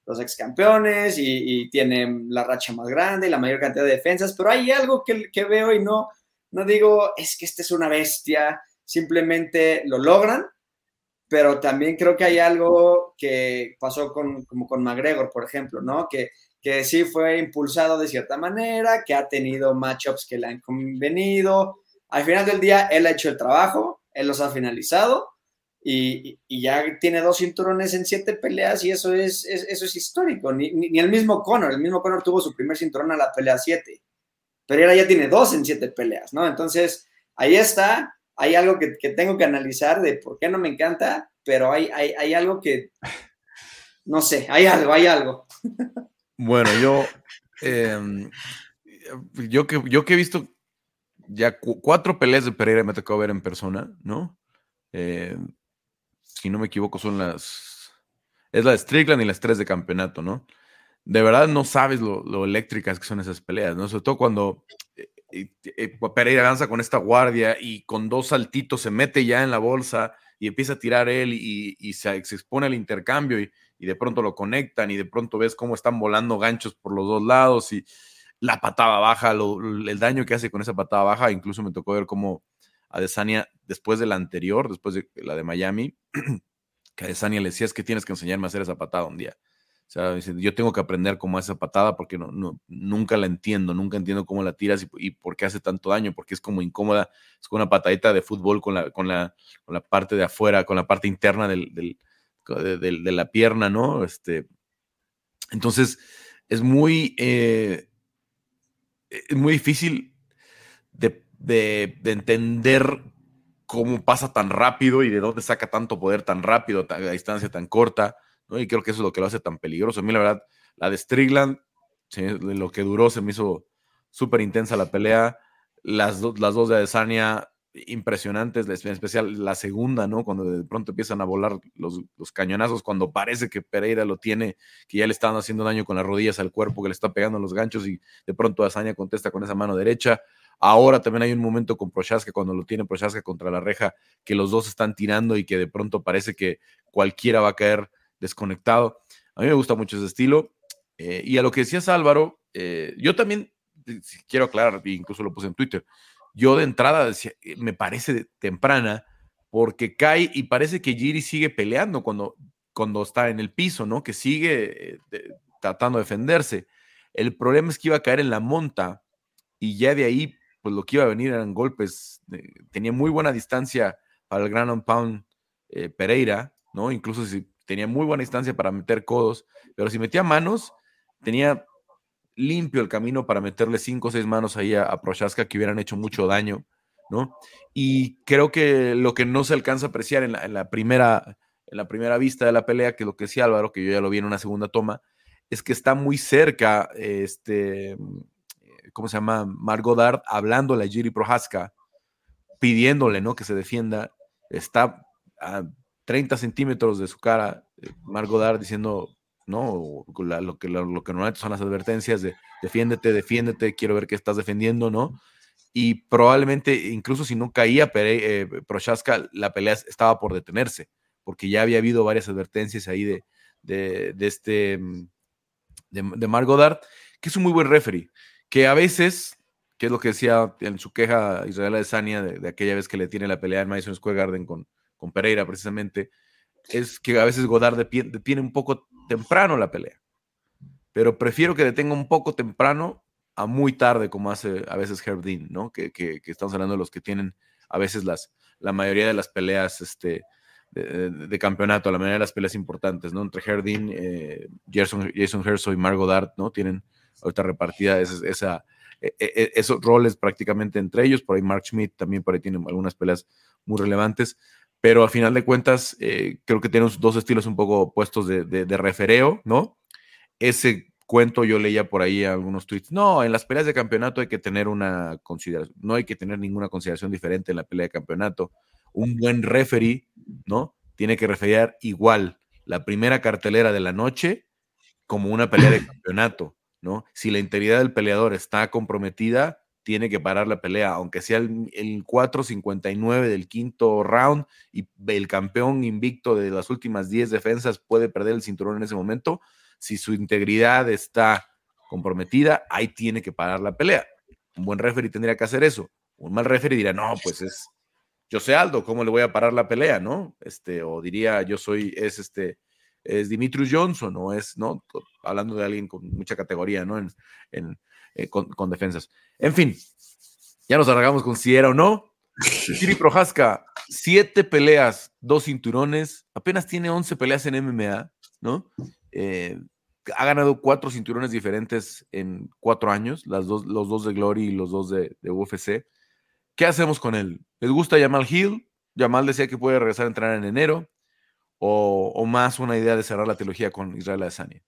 los ex campeones y, y tiene la racha más grande y la mayor cantidad de defensas, pero hay algo que, que veo y no, no digo, es que este es una bestia, simplemente lo logran, pero también creo que hay algo que pasó con, como con McGregor, por ejemplo, ¿no? Que, que sí fue impulsado de cierta manera, que ha tenido matchups que le han convenido. Al final del día, él ha hecho el trabajo, él los ha finalizado y, y ya tiene dos cinturones en siete peleas y eso es, es, eso es histórico. Ni, ni, ni el mismo Conor, el mismo Conor tuvo su primer cinturón a la pelea siete, pero ahora ya tiene dos en siete peleas, ¿no? Entonces, ahí está. Hay algo que, que tengo que analizar de por qué no me encanta, pero hay, hay, hay algo que, no sé, hay algo, hay algo. Bueno, yo, eh, yo, que, yo que he visto ya cu cuatro peleas de Pereira me tocó ver en persona, ¿no? Eh, si no me equivoco son las, es la de Strickland y las tres de campeonato, ¿no? De verdad no sabes lo, lo eléctricas que son esas peleas, ¿no? Sobre todo cuando eh, eh, Pereira lanza con esta guardia y con dos saltitos se mete ya en la bolsa y empieza a tirar él y, y se, se expone al intercambio y, y de pronto lo conectan y de pronto ves cómo están volando ganchos por los dos lados y la patada baja, lo, el daño que hace con esa patada baja. Incluso me tocó ver cómo Adesanya, después de la anterior, después de la de Miami, que Adesanya le decía, es que tienes que enseñarme a hacer esa patada un día. O sea, yo tengo que aprender cómo hace esa patada porque no, no, nunca la entiendo, nunca entiendo cómo la tiras y, y por qué hace tanto daño, porque es como incómoda, es como una patadita de fútbol con la, con la, con la parte de afuera, con la parte interna del, del, de, de, de la pierna, ¿no? Este, entonces, es muy, eh, es muy difícil de, de, de entender cómo pasa tan rápido y de dónde saca tanto poder tan rápido, a distancia tan corta, ¿no? Y creo que eso es lo que lo hace tan peligroso. A mí, la verdad, la de Strickland, sí, lo que duró, se me hizo súper intensa la pelea. Las, do, las dos de Adesanya, impresionantes, en especial la segunda, ¿no? Cuando de pronto empiezan a volar los, los cañonazos, cuando parece que Pereira lo tiene, que ya le están haciendo daño con las rodillas al cuerpo, que le está pegando los ganchos y de pronto Adesanya contesta con esa mano derecha. Ahora también hay un momento con Prochazka, cuando lo tiene Prochazka contra la reja, que los dos están tirando y que de pronto parece que cualquiera va a caer desconectado. A mí me gusta mucho ese estilo. Eh, y a lo que decías, Álvaro, eh, yo también quiero aclarar, incluso lo puse en Twitter, yo de entrada decía, me parece temprana, porque cae y parece que Jiri sigue peleando cuando, cuando está en el piso, ¿no? Que sigue eh, de, tratando de defenderse. El problema es que iba a caer en la monta y ya de ahí, pues lo que iba a venir eran golpes. Eh, tenía muy buena distancia para el ground and pound eh, Pereira, ¿no? Incluso si tenía muy buena distancia para meter codos, pero si metía manos, tenía limpio el camino para meterle cinco o seis manos ahí a, a Prochazka que hubieran hecho mucho daño, ¿no? Y creo que lo que no se alcanza a apreciar en la, en la primera, en la primera vista de la pelea, que es lo que decía Álvaro, que yo ya lo vi en una segunda toma, es que está muy cerca, este, ¿cómo se llama? Marc Goddard hablándole a Jiri Prochazka, pidiéndole, ¿no? Que se defienda. Está a treinta centímetros de su cara, Marc Goddard diciendo, ¿no? La, lo, que, lo, lo que normalmente son las advertencias de defiéndete, defiéndete, quiero ver que estás defendiendo, ¿no? Y probablemente, incluso si no caía Pere, eh, Prochazka, la pelea estaba por detenerse, porque ya había habido varias advertencias ahí de, de, de este, de, de Marc Goddard, que es un muy buen referee, que a veces, que es lo que decía en su queja Israel Adesanya de, de aquella vez que le tiene la pelea en Madison Square Garden con, con Pereira precisamente, es que a veces Goddard detiene un poco temprano la pelea, pero prefiero que detenga un poco temprano a muy tarde, como hace a veces Herb Dean, ¿no? Que, que, que estamos hablando de los que tienen a veces las, la mayoría de las peleas este, de, de, de campeonato, la mayoría de las peleas importantes, ¿no? Entre Herb Dean, eh, Jason, Jason Herzog y Marc Goddard, ¿no? Tienen ahorita repartida esa, esa, esos roles prácticamente entre ellos. Por ahí Mark Schmidt también por ahí tiene algunas peleas muy relevantes. Pero al final de cuentas, eh, creo que tenemos dos estilos un poco opuestos de, de, de refereo, ¿no? Ese cuento yo leía por ahí algunos tweets. No, en las peleas de campeonato hay que tener una consideración, no hay que tener ninguna consideración diferente en la pelea de campeonato. Un buen referee, ¿no? Tiene que referear igual la primera cartelera de la noche como una pelea de campeonato, ¿no? Si la integridad del peleador está comprometida, tiene que parar la pelea, aunque sea el, el cuatro cincuenta y nueve del quinto round y el campeón invicto de las últimas diez defensas puede perder el cinturón en ese momento. si su integridad está comprometida, ahí tiene que parar la pelea. Un buen referee tendría que hacer eso. Un mal referee dirá, no, pues es José Aldo, ¿cómo le voy a parar la pelea, no? Este, o diría, yo soy, es este, es Demetrius Johnson, o es, ¿no? Hablando de alguien con mucha categoría, ¿no? En, en, eh, con, con defensas. En fin, ya nos alargamos con si era o no. Jiri Prochazka, siete peleas, dos cinturones, apenas tiene once peleas en M M A, ¿no? Eh, ha ganado cuatro cinturones diferentes en cuatro años, las dos, los dos de Glory y los dos de, de U F C. ¿Qué hacemos con él? ¿Les gusta Jamal Hill? Jamal decía que puede regresar a entrenar en enero, o, o más una idea de cerrar la trilogía con Israel Adesanya.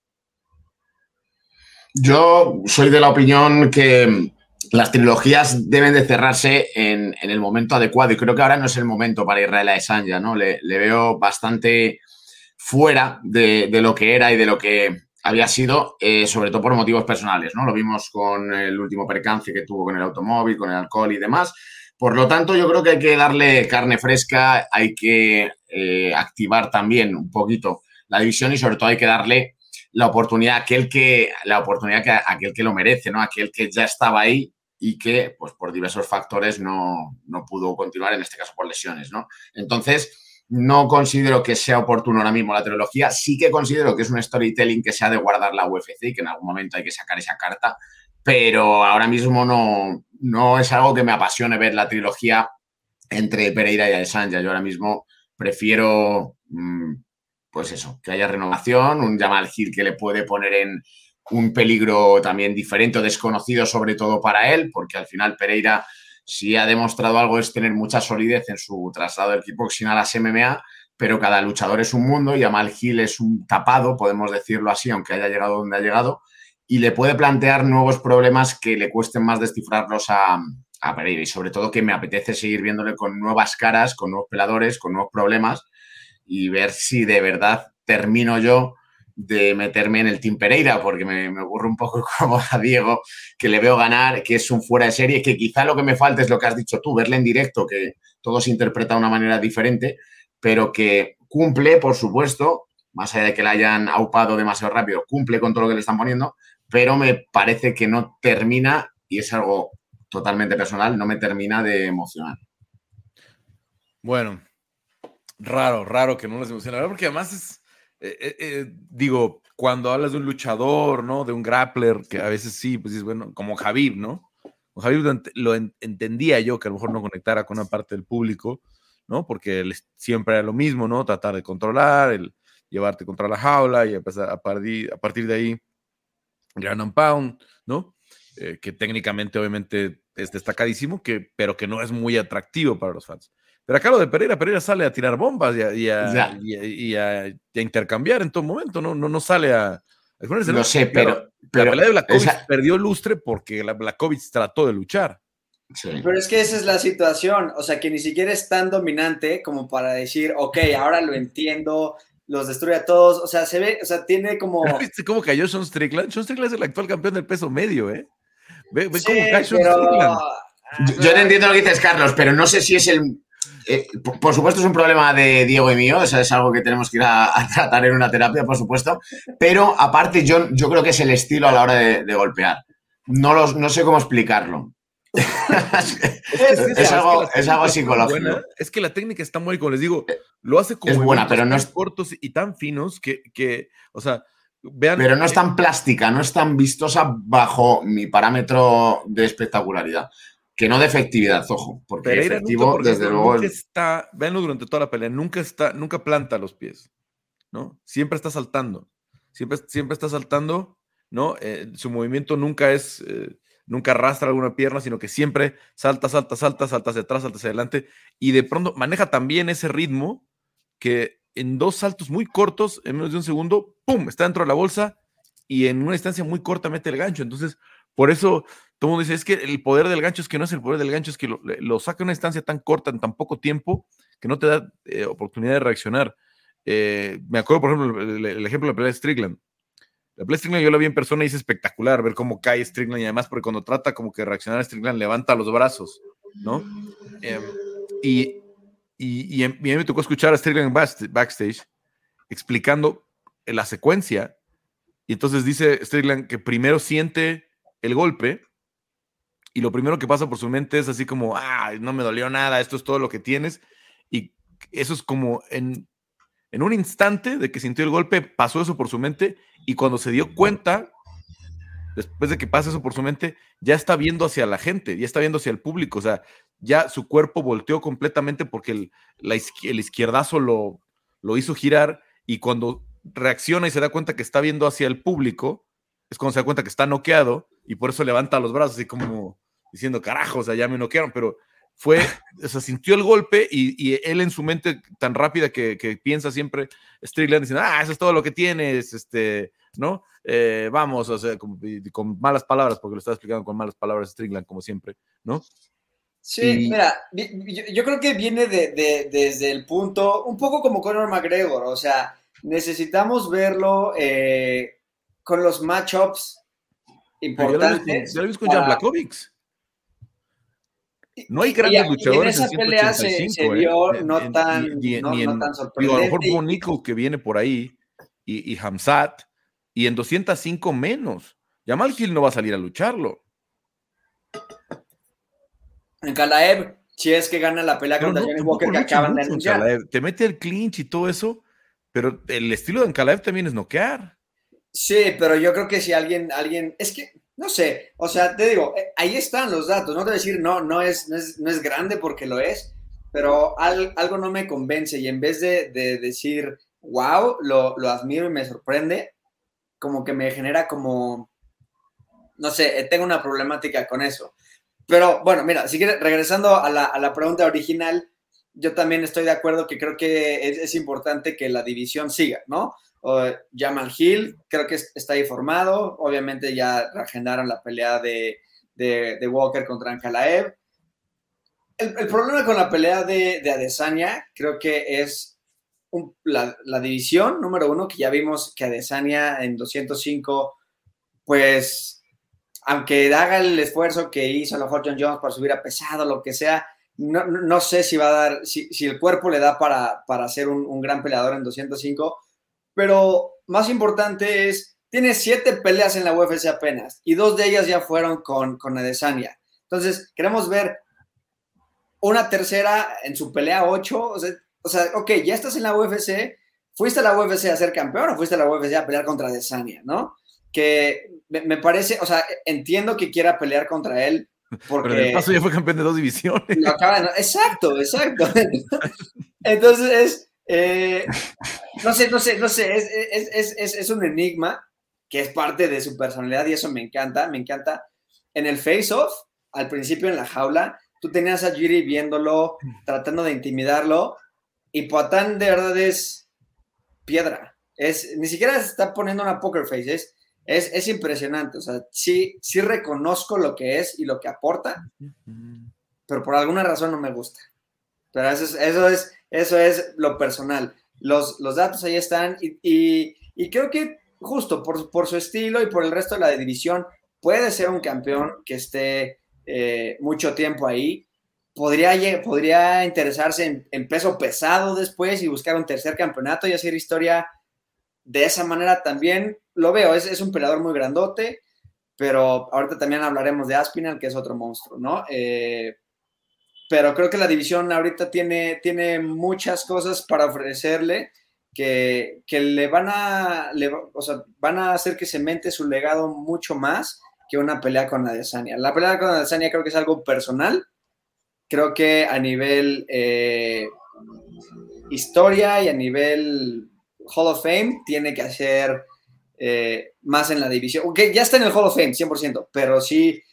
Yo soy de la opinión que las trilogías deben de cerrarse en, en el momento adecuado, y creo que ahora no es el momento para Israel Adesanya, ¿no? Le, le veo bastante fuera de, de lo que era y de lo que había sido, eh, sobre todo por motivos personales, ¿no? Lo vimos con el último percance que tuvo con el automóvil, con el alcohol y demás. Por lo tanto, yo creo que hay que darle carne fresca, hay que eh, activar también un poquito la división, y sobre todo hay que darle la oportunidad a aquel que, la oportunidad que, a aquel que lo merece, ¿no? Aquel que ya estaba ahí y que, pues, por diversos factores no, no pudo continuar, en este caso por lesiones, ¿no? Entonces, no considero que sea oportuno ahora mismo la trilogía. Sí que considero que es un storytelling que se ha de guardar la U F C y que en algún momento hay que sacar esa carta, pero ahora mismo no, no es algo que me apasione ver la trilogía entre Pereira y Adesanya. Yo ahora mismo prefiero, pues eso, que haya renovación, un Jamal Hill que le puede poner en un peligro también diferente o desconocido, sobre todo para él, porque al final Pereira, si ha demostrado algo, es tener mucha solidez en su traslado del kickboxing a las M M A, pero cada luchador es un mundo y Jamal Hill es un tapado, podemos decirlo así, aunque haya llegado donde ha llegado, y le puede plantear nuevos problemas que le cuesten más descifrarlos a, a Pereira, y sobre todo que me apetece seguir viéndole con nuevas caras, con nuevos peladores, con nuevos problemas, y ver si de verdad termino yo de meterme en el Team Pereira, porque me, me ocurre un poco como a Diego, que le veo ganar, que es un fuera de serie, que quizá lo que me falta es lo que has dicho tú, verle en directo, que todo se interpreta de una manera diferente, pero que cumple, por supuesto, más allá de que le hayan aupado demasiado rápido, cumple con todo lo que le están poniendo, pero me parece que no termina, y es algo totalmente personal, no me termina de emocionar. Bueno, raro, raro que no les emociona, porque además es, eh, eh, eh, digo, cuando hablas de un luchador, ¿no? De un grappler, que a veces sí, pues es bueno, como Khabib, ¿no? Con Khabib lo, ent lo ent entendía yo, que a lo mejor no conectara con una parte del público, ¿no? Porque él siempre era lo mismo, ¿no? Tratar de controlar, el llevarte contra la jaula y empezar a partir, a partir de ahí, ground and pound, ¿no? Eh, que técnicamente, obviamente, es destacadísimo, que, pero que no es muy atractivo para los fans. Pero acá lo de Pereira, Pereira sale a tirar bombas y a, y a, y a, y a, y a intercambiar en todo momento, ¿no? No, no sale a... a no sé, pero, pero... La pelea de Blachowicz esa... perdió lustre porque la Blachowicz trató de luchar. Sí. Pero es que esa es la situación, o sea, que ni siquiera es tan dominante como para decir, ok, ahora lo entiendo, los destruye a todos, o sea, se ve, o sea, tiene como... ¿Viste cómo cayó Sean Strickland? Sean Strickland es el actual campeón del peso medio, ¿eh? Ve, ve sí, cómo cae Sean pero... Strickland. Yo, yo te entiendo lo que dices, Carlos, pero no sé si es el... Eh, por, por supuesto es un problema de Diego y mío, o sea, es algo que tenemos que ir a, a tratar en una terapia, por supuesto, pero aparte yo, yo creo que es el estilo a la hora de, de golpear. No, los, no sé cómo explicarlo. es, es, es, es, algo, es algo psicológico. Buena, es que la técnica está muy, como les digo, lo hace como es buena, pero no es cortos y tan finos que, que o sea, vean. Pero no es tan plástica, no es tan vistosa bajo mi parámetro de espectacularidad. Que no de efectividad, ojo, porque Pereira efectivo, nunca, por desde ejemplo, luego... Nunca está, véanlo durante toda la pelea, nunca está, nunca planta los pies, ¿no? Siempre está saltando, siempre, siempre está saltando, ¿no? Eh, su movimiento nunca es, eh, nunca arrastra alguna pierna, sino que siempre salta, salta, salta, salta hacia atrás, salta hacia adelante, y de pronto maneja también ese ritmo que en dos saltos muy cortos, en menos de un segundo, ¡pum!, está dentro de la bolsa, y en una distancia muy corta mete el gancho. Entonces, por eso todo el mundo dice, es que el poder del gancho es que no es el poder del gancho, es que lo, lo saca en una distancia tan corta, en tan poco tiempo, que no te da eh, oportunidad de reaccionar. Eh, me acuerdo, por ejemplo, el, el ejemplo de la pelea de Strickland. La pelea de Strickland yo la vi en persona y es espectacular ver cómo cae Strickland, y además porque cuando trata como que reaccionar a Strickland levanta los brazos, ¿no? Eh, y, y, y, y a mí me tocó escuchar a Strickland backstage explicando la secuencia Y entonces dice Strickland que primero siente el golpe y lo primero que pasa por su mente es así como, ah, no me dolió nada, esto es todo lo que tienes. Y eso es como en, en un instante de que sintió el golpe, pasó eso por su mente y cuando se dio cuenta, después de que pasa eso por su mente, ya está viendo hacia la gente, ya está viendo hacia el público, o sea, ya su cuerpo volteó completamente porque el, la, el izquierdazo lo, lo hizo girar y cuando reacciona y se da cuenta que está viendo hacia el público, es cuando se da cuenta que está noqueado y por eso levanta los brazos así como diciendo, carajo, o sea, ya me noquearon, pero fue, o sea, sintió el golpe y, y él en su mente tan rápida que, que piensa siempre Strickland diciendo, ah, eso es todo lo que tienes, este, ¿no? Eh, vamos, o sea, con, con malas palabras, porque lo estaba explicando con malas palabras Strickland, como siempre, ¿no? Sí, y... mira, yo, yo creo que viene de, de, desde el punto, un poco como Conor McGregor, o sea, necesitamos verlo eh, con los matchups importantes. Ya lo vimos con, con Jan Blachowicz. No hay grandes y, luchadores y en esa en pelea ciento ochenta y cinco, se, se vio ¿eh? no, en, tan, y, y, no, y en, no tan sorprendente. Digo, a lo mejor Bonico que viene por ahí y, y Hamzat, y en doscientos cinco menos. Jamal Hill no va a salir a lucharlo. En Ankalaev, si es que gana la pelea pero contra no, Johnny Walker que acaban de anunciar. Te mete el clinch y todo eso, pero el estilo de Ankalaev también es noquear. Sí, pero yo creo que si alguien, alguien, es que, no sé, o sea, te digo, ahí están los datos, no te voy a decir, no, no es, no es, no es grande porque lo es, pero al, algo no me convence y en vez de, de decir, wow, lo, lo admiro y me sorprende, como que me genera como, no sé, tengo una problemática con eso. Pero bueno, mira, si quieres, regresando a la, a la pregunta original, yo también estoy de acuerdo que creo que es, es importante que la división siga, ¿no? Uh, Jamal Hill, creo que está ahí formado. Obviamente ya reagendaron la pelea de, de, de Walker contra Ankalaev. El, el problema con la pelea de, de Adesanya, creo que es un, la, la división número uno, que ya vimos que Adesanya en doscientos cinco, pues, aunque haga el esfuerzo que hizo a lo mejor John Jones para subir a pesado, lo que sea, no, no sé si va a dar, si, si el cuerpo le da para, para ser un, un gran peleador en doscientos cinco. Pero más importante es, tiene siete peleas en la U F C apenas, y dos de ellas ya fueron con, con Adesanya. Entonces, queremos ver una tercera en su pelea ocho. O sea, o sea, ok, ya estás en la U F C, fuiste a la U F C a ser campeón o fuiste a la U F C a pelear contra Adesanya, ¿no? Que me, me parece, o sea, entiendo que quiera pelear contra él, porque... Pero en el paso ya fue campeón de dos divisiones. Lo acaba de, exacto, exacto. Entonces es... Eh, no sé, no sé, no sé, es, es, es, es un enigma que es parte de su personalidad y eso me encanta, me encanta. En el face-off, al principio en la jaula, tú tenías a Jiri viéndolo, tratando de intimidarlo, y Poatan de verdad es piedra. Es, ni siquiera se está poniendo una poker face, es, es, es impresionante. O sea, sí, sí reconozco lo que es y lo que aporta, pero por alguna razón no me gusta. Pero eso es, eso es, eso es lo personal. Los, los datos ahí están y, y, y creo que justo por, por su estilo y por el resto de la división puede ser un campeón que esté eh, mucho tiempo ahí. Podría, podría interesarse en, en peso pesado después y buscar un tercer campeonato y hacer historia de esa manera también. Lo veo, es, es un peleador muy grandote, pero ahorita también hablaremos de Aspinall, que es otro monstruo, ¿no? Eh, pero creo que la división ahorita tiene, tiene muchas cosas para ofrecerle que, que le van a, le, o sea, van a hacer que cemente su legado mucho más que una pelea con Adesanya. La pelea con Adesanya creo que es algo personal. Creo que a nivel eh, historia y a nivel Hall of Fame tiene que hacer eh, más en la división. Okay, ya está en el Hall of Fame, cien por ciento, pero sí...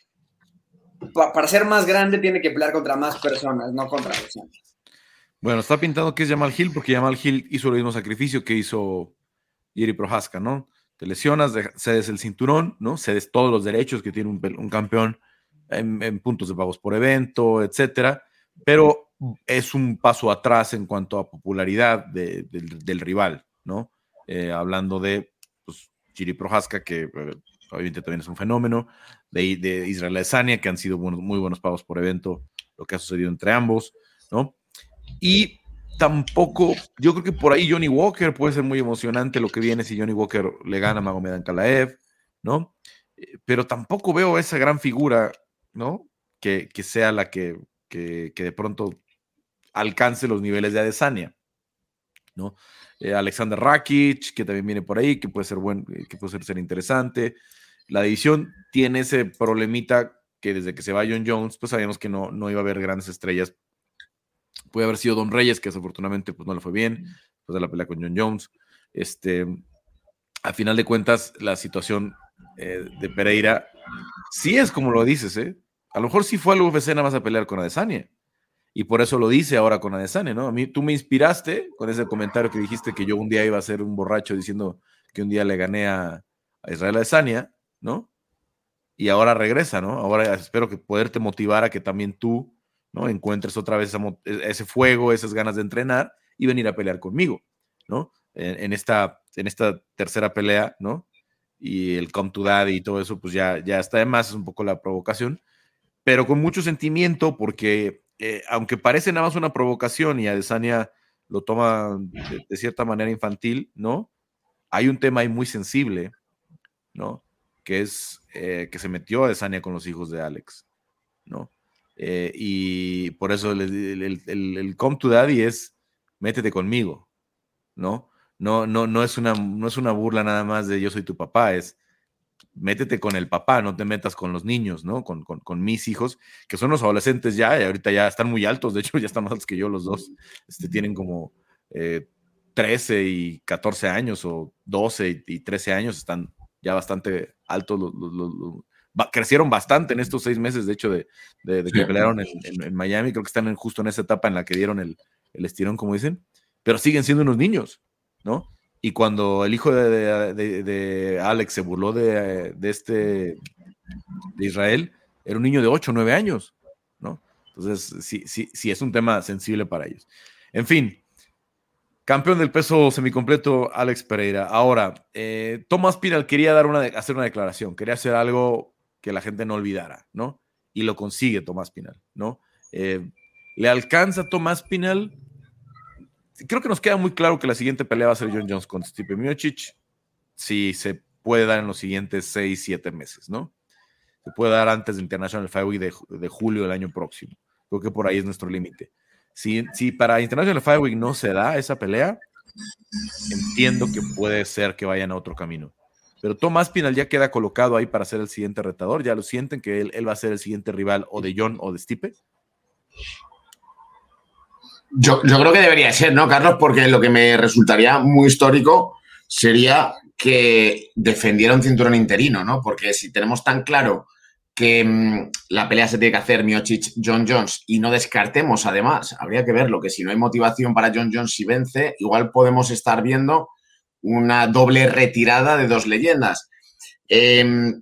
para ser más grande tiene que pelear contra más personas, no contra Adesanya. Bueno, está pintando que es Jamal Hill porque Jamal Hill hizo el mismo sacrificio que hizo Jiri Prochazka, ¿no? Te lesionas, cedes el cinturón, ¿no? Cedes todos los derechos que tiene un, un campeón en, en puntos de pagos por evento, etcétera, pero es un paso atrás en cuanto a popularidad de, de, del rival, ¿no? Eh, hablando de pues, Jiri Prochazka, que eh, obviamente también es un fenómeno, de, de Israel Adesanya, que han sido buenos, muy buenos pagos por evento, lo que ha sucedido entre ambos, ¿no? Y tampoco, yo creo que por ahí Johnny Walker puede ser muy emocionante lo que viene si Johnny Walker le gana a Magomed Ankalaev, ¿no? Pero tampoco veo esa gran figura, ¿no? Que, que sea la que, que, que de pronto alcance los niveles de Adesanya, ¿no? Eh, Alexander Rakic, que también viene por ahí, que puede ser buen, que puede ser, ser interesante. La división tiene ese problemita que desde que se va John Jones, pues sabíamos que no, no iba a haber grandes estrellas. Puede haber sido Don Reyes, que desafortunadamente pues, no le fue bien después de la pelea con John Jones. Este, a final de cuentas, la situación eh, de Pereira sí es como lo dices, ¿eh? A lo mejor sí fue al U F C nada más a pelear con Adesanya. Y por eso lo dice ahora con Adesanya, ¿no? A mí tú me inspiraste con ese comentario que dijiste que yo un día iba a ser un borracho diciendo que un día le gané a, a Israel Adesanya, ¿no? Y ahora regresa, ¿no? Ahora espero que poderte motivar a que también tú, ¿no? Encuentres otra vez esa, ese fuego, esas ganas de entrenar y venir a pelear conmigo, ¿no? En, en, esta, en esta tercera pelea, ¿no? Y el come to daddy y todo eso, pues ya, ya está de más, es un poco la provocación, pero con mucho sentimiento porque eh, aunque parece nada más una provocación y Adesanya lo toma de, de cierta manera infantil, ¿no? Hay un tema ahí muy sensible, ¿no? Que es eh, que se metió Adesanya con los hijos de Alex, ¿no? Eh, y por eso el, el, el, el come to daddy es métete conmigo, ¿no? No, no, no, es una, no es una burla nada más de yo soy tu papá, es métete con el papá, no te metas con los niños, ¿no? Con, con, con mis hijos, que son los adolescentes ya, y ahorita ya están muy altos, de hecho ya están más altos que yo los dos, este, tienen como eh, trece y catorce años, o doce y trece años, están ya bastante altos, los, los, los, los, crecieron bastante en estos seis meses, de hecho, de, de, de que sí. pelearon en, en, en Miami, creo que están en, justo en esa etapa en la que dieron el, el estirón, como dicen, pero siguen siendo unos niños, ¿no? Y cuando el hijo de, de, de, de Alex se burló de, de este de Israel, era un niño de ocho o nueve años, ¿no? Entonces, sí, sí, sí es un tema sensible para ellos. En fin, campeón del peso semicompleto, Alex Pereira. Ahora, eh, Tomás Pinal quería dar una, hacer una declaración, quería hacer algo que la gente no olvidara, ¿no? Y lo consigue Tomás Pinal, ¿no? Eh, ¿Le alcanza a Tomás Pinal? Creo que nos queda muy claro que la siguiente pelea va a ser John Jones con Stipe Miocic, si se puede dar en los siguientes seis, siete meses, ¿no? Se puede dar antes de International Fight Week de, de julio del año próximo. Creo que por ahí es nuestro límite. Si, si para International Fight Week no se da esa pelea, entiendo que puede ser que vayan a otro camino. Pero Tomás Pinal ya queda colocado ahí para ser el siguiente retador. ¿Ya lo sienten que él, él va a ser el siguiente rival o de John o de Stipe? Yo, yo creo que debería ser, ¿no, Carlos? Porque lo que me resultaría muy histórico sería que defendiera un cinturón interino, ¿no? Porque si tenemos tan claro que mmm, la pelea se tiene que hacer Miocic-John Jones y no descartemos, además, habría que verlo, que si no hay motivación para John Jones si vence, igual podemos estar viendo una doble retirada de dos leyendas. Eh,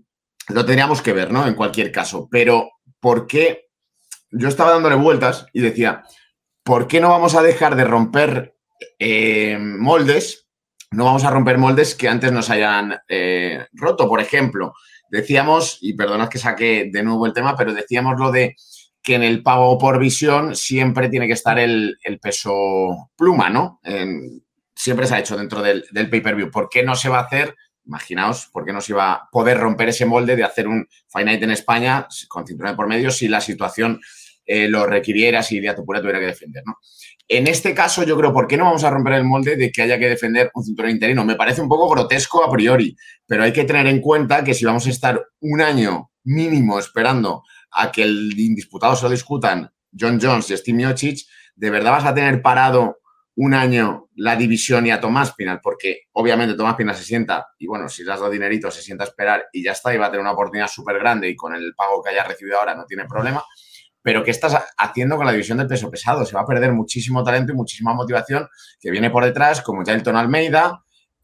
lo tendríamos que ver, ¿no? En cualquier caso. Pero, ¿por qué? Yo estaba dándole vueltas y decía, ¿por qué no vamos a dejar de romper eh, moldes? No vamos a romper moldes que antes nos hayan eh, roto. Por ejemplo, decíamos, y perdonad que saqué de nuevo el tema, pero decíamos lo de que en el pago por visión siempre tiene que estar el, el peso pluma, ¿no? En, siempre se ha hecho dentro del, del pay-per-view. ¿Por qué no se va a hacer? Imaginaos, ¿por qué no se iba a poder romper ese molde de hacer un Fight Night en España con cinturón de por medio si la situación eh, lo requiriera, si Ilia Topuria tuviera que defender, ¿no? En este caso, yo creo, ¿por qué no vamos a romper el molde de que haya que defender un cinturón interino? Me parece un poco grotesco a priori, pero hay que tener en cuenta que si vamos a estar un año mínimo esperando a que el indisputado se lo discutan John Jones y Steve Miocic, ¿de verdad vas a tener parado un año la división y a Tomás Pinal? Porque obviamente Tomás Pinal se sienta, y bueno, si le has dado dinerito, se sienta a esperar y ya está, y va a tener una oportunidad súper grande y con el pago que haya recibido ahora no tiene problema. Pero ¿qué estás haciendo con la división del peso pesado? Se va a perder muchísimo talento y muchísima motivación que viene por detrás, como Jailton Almeida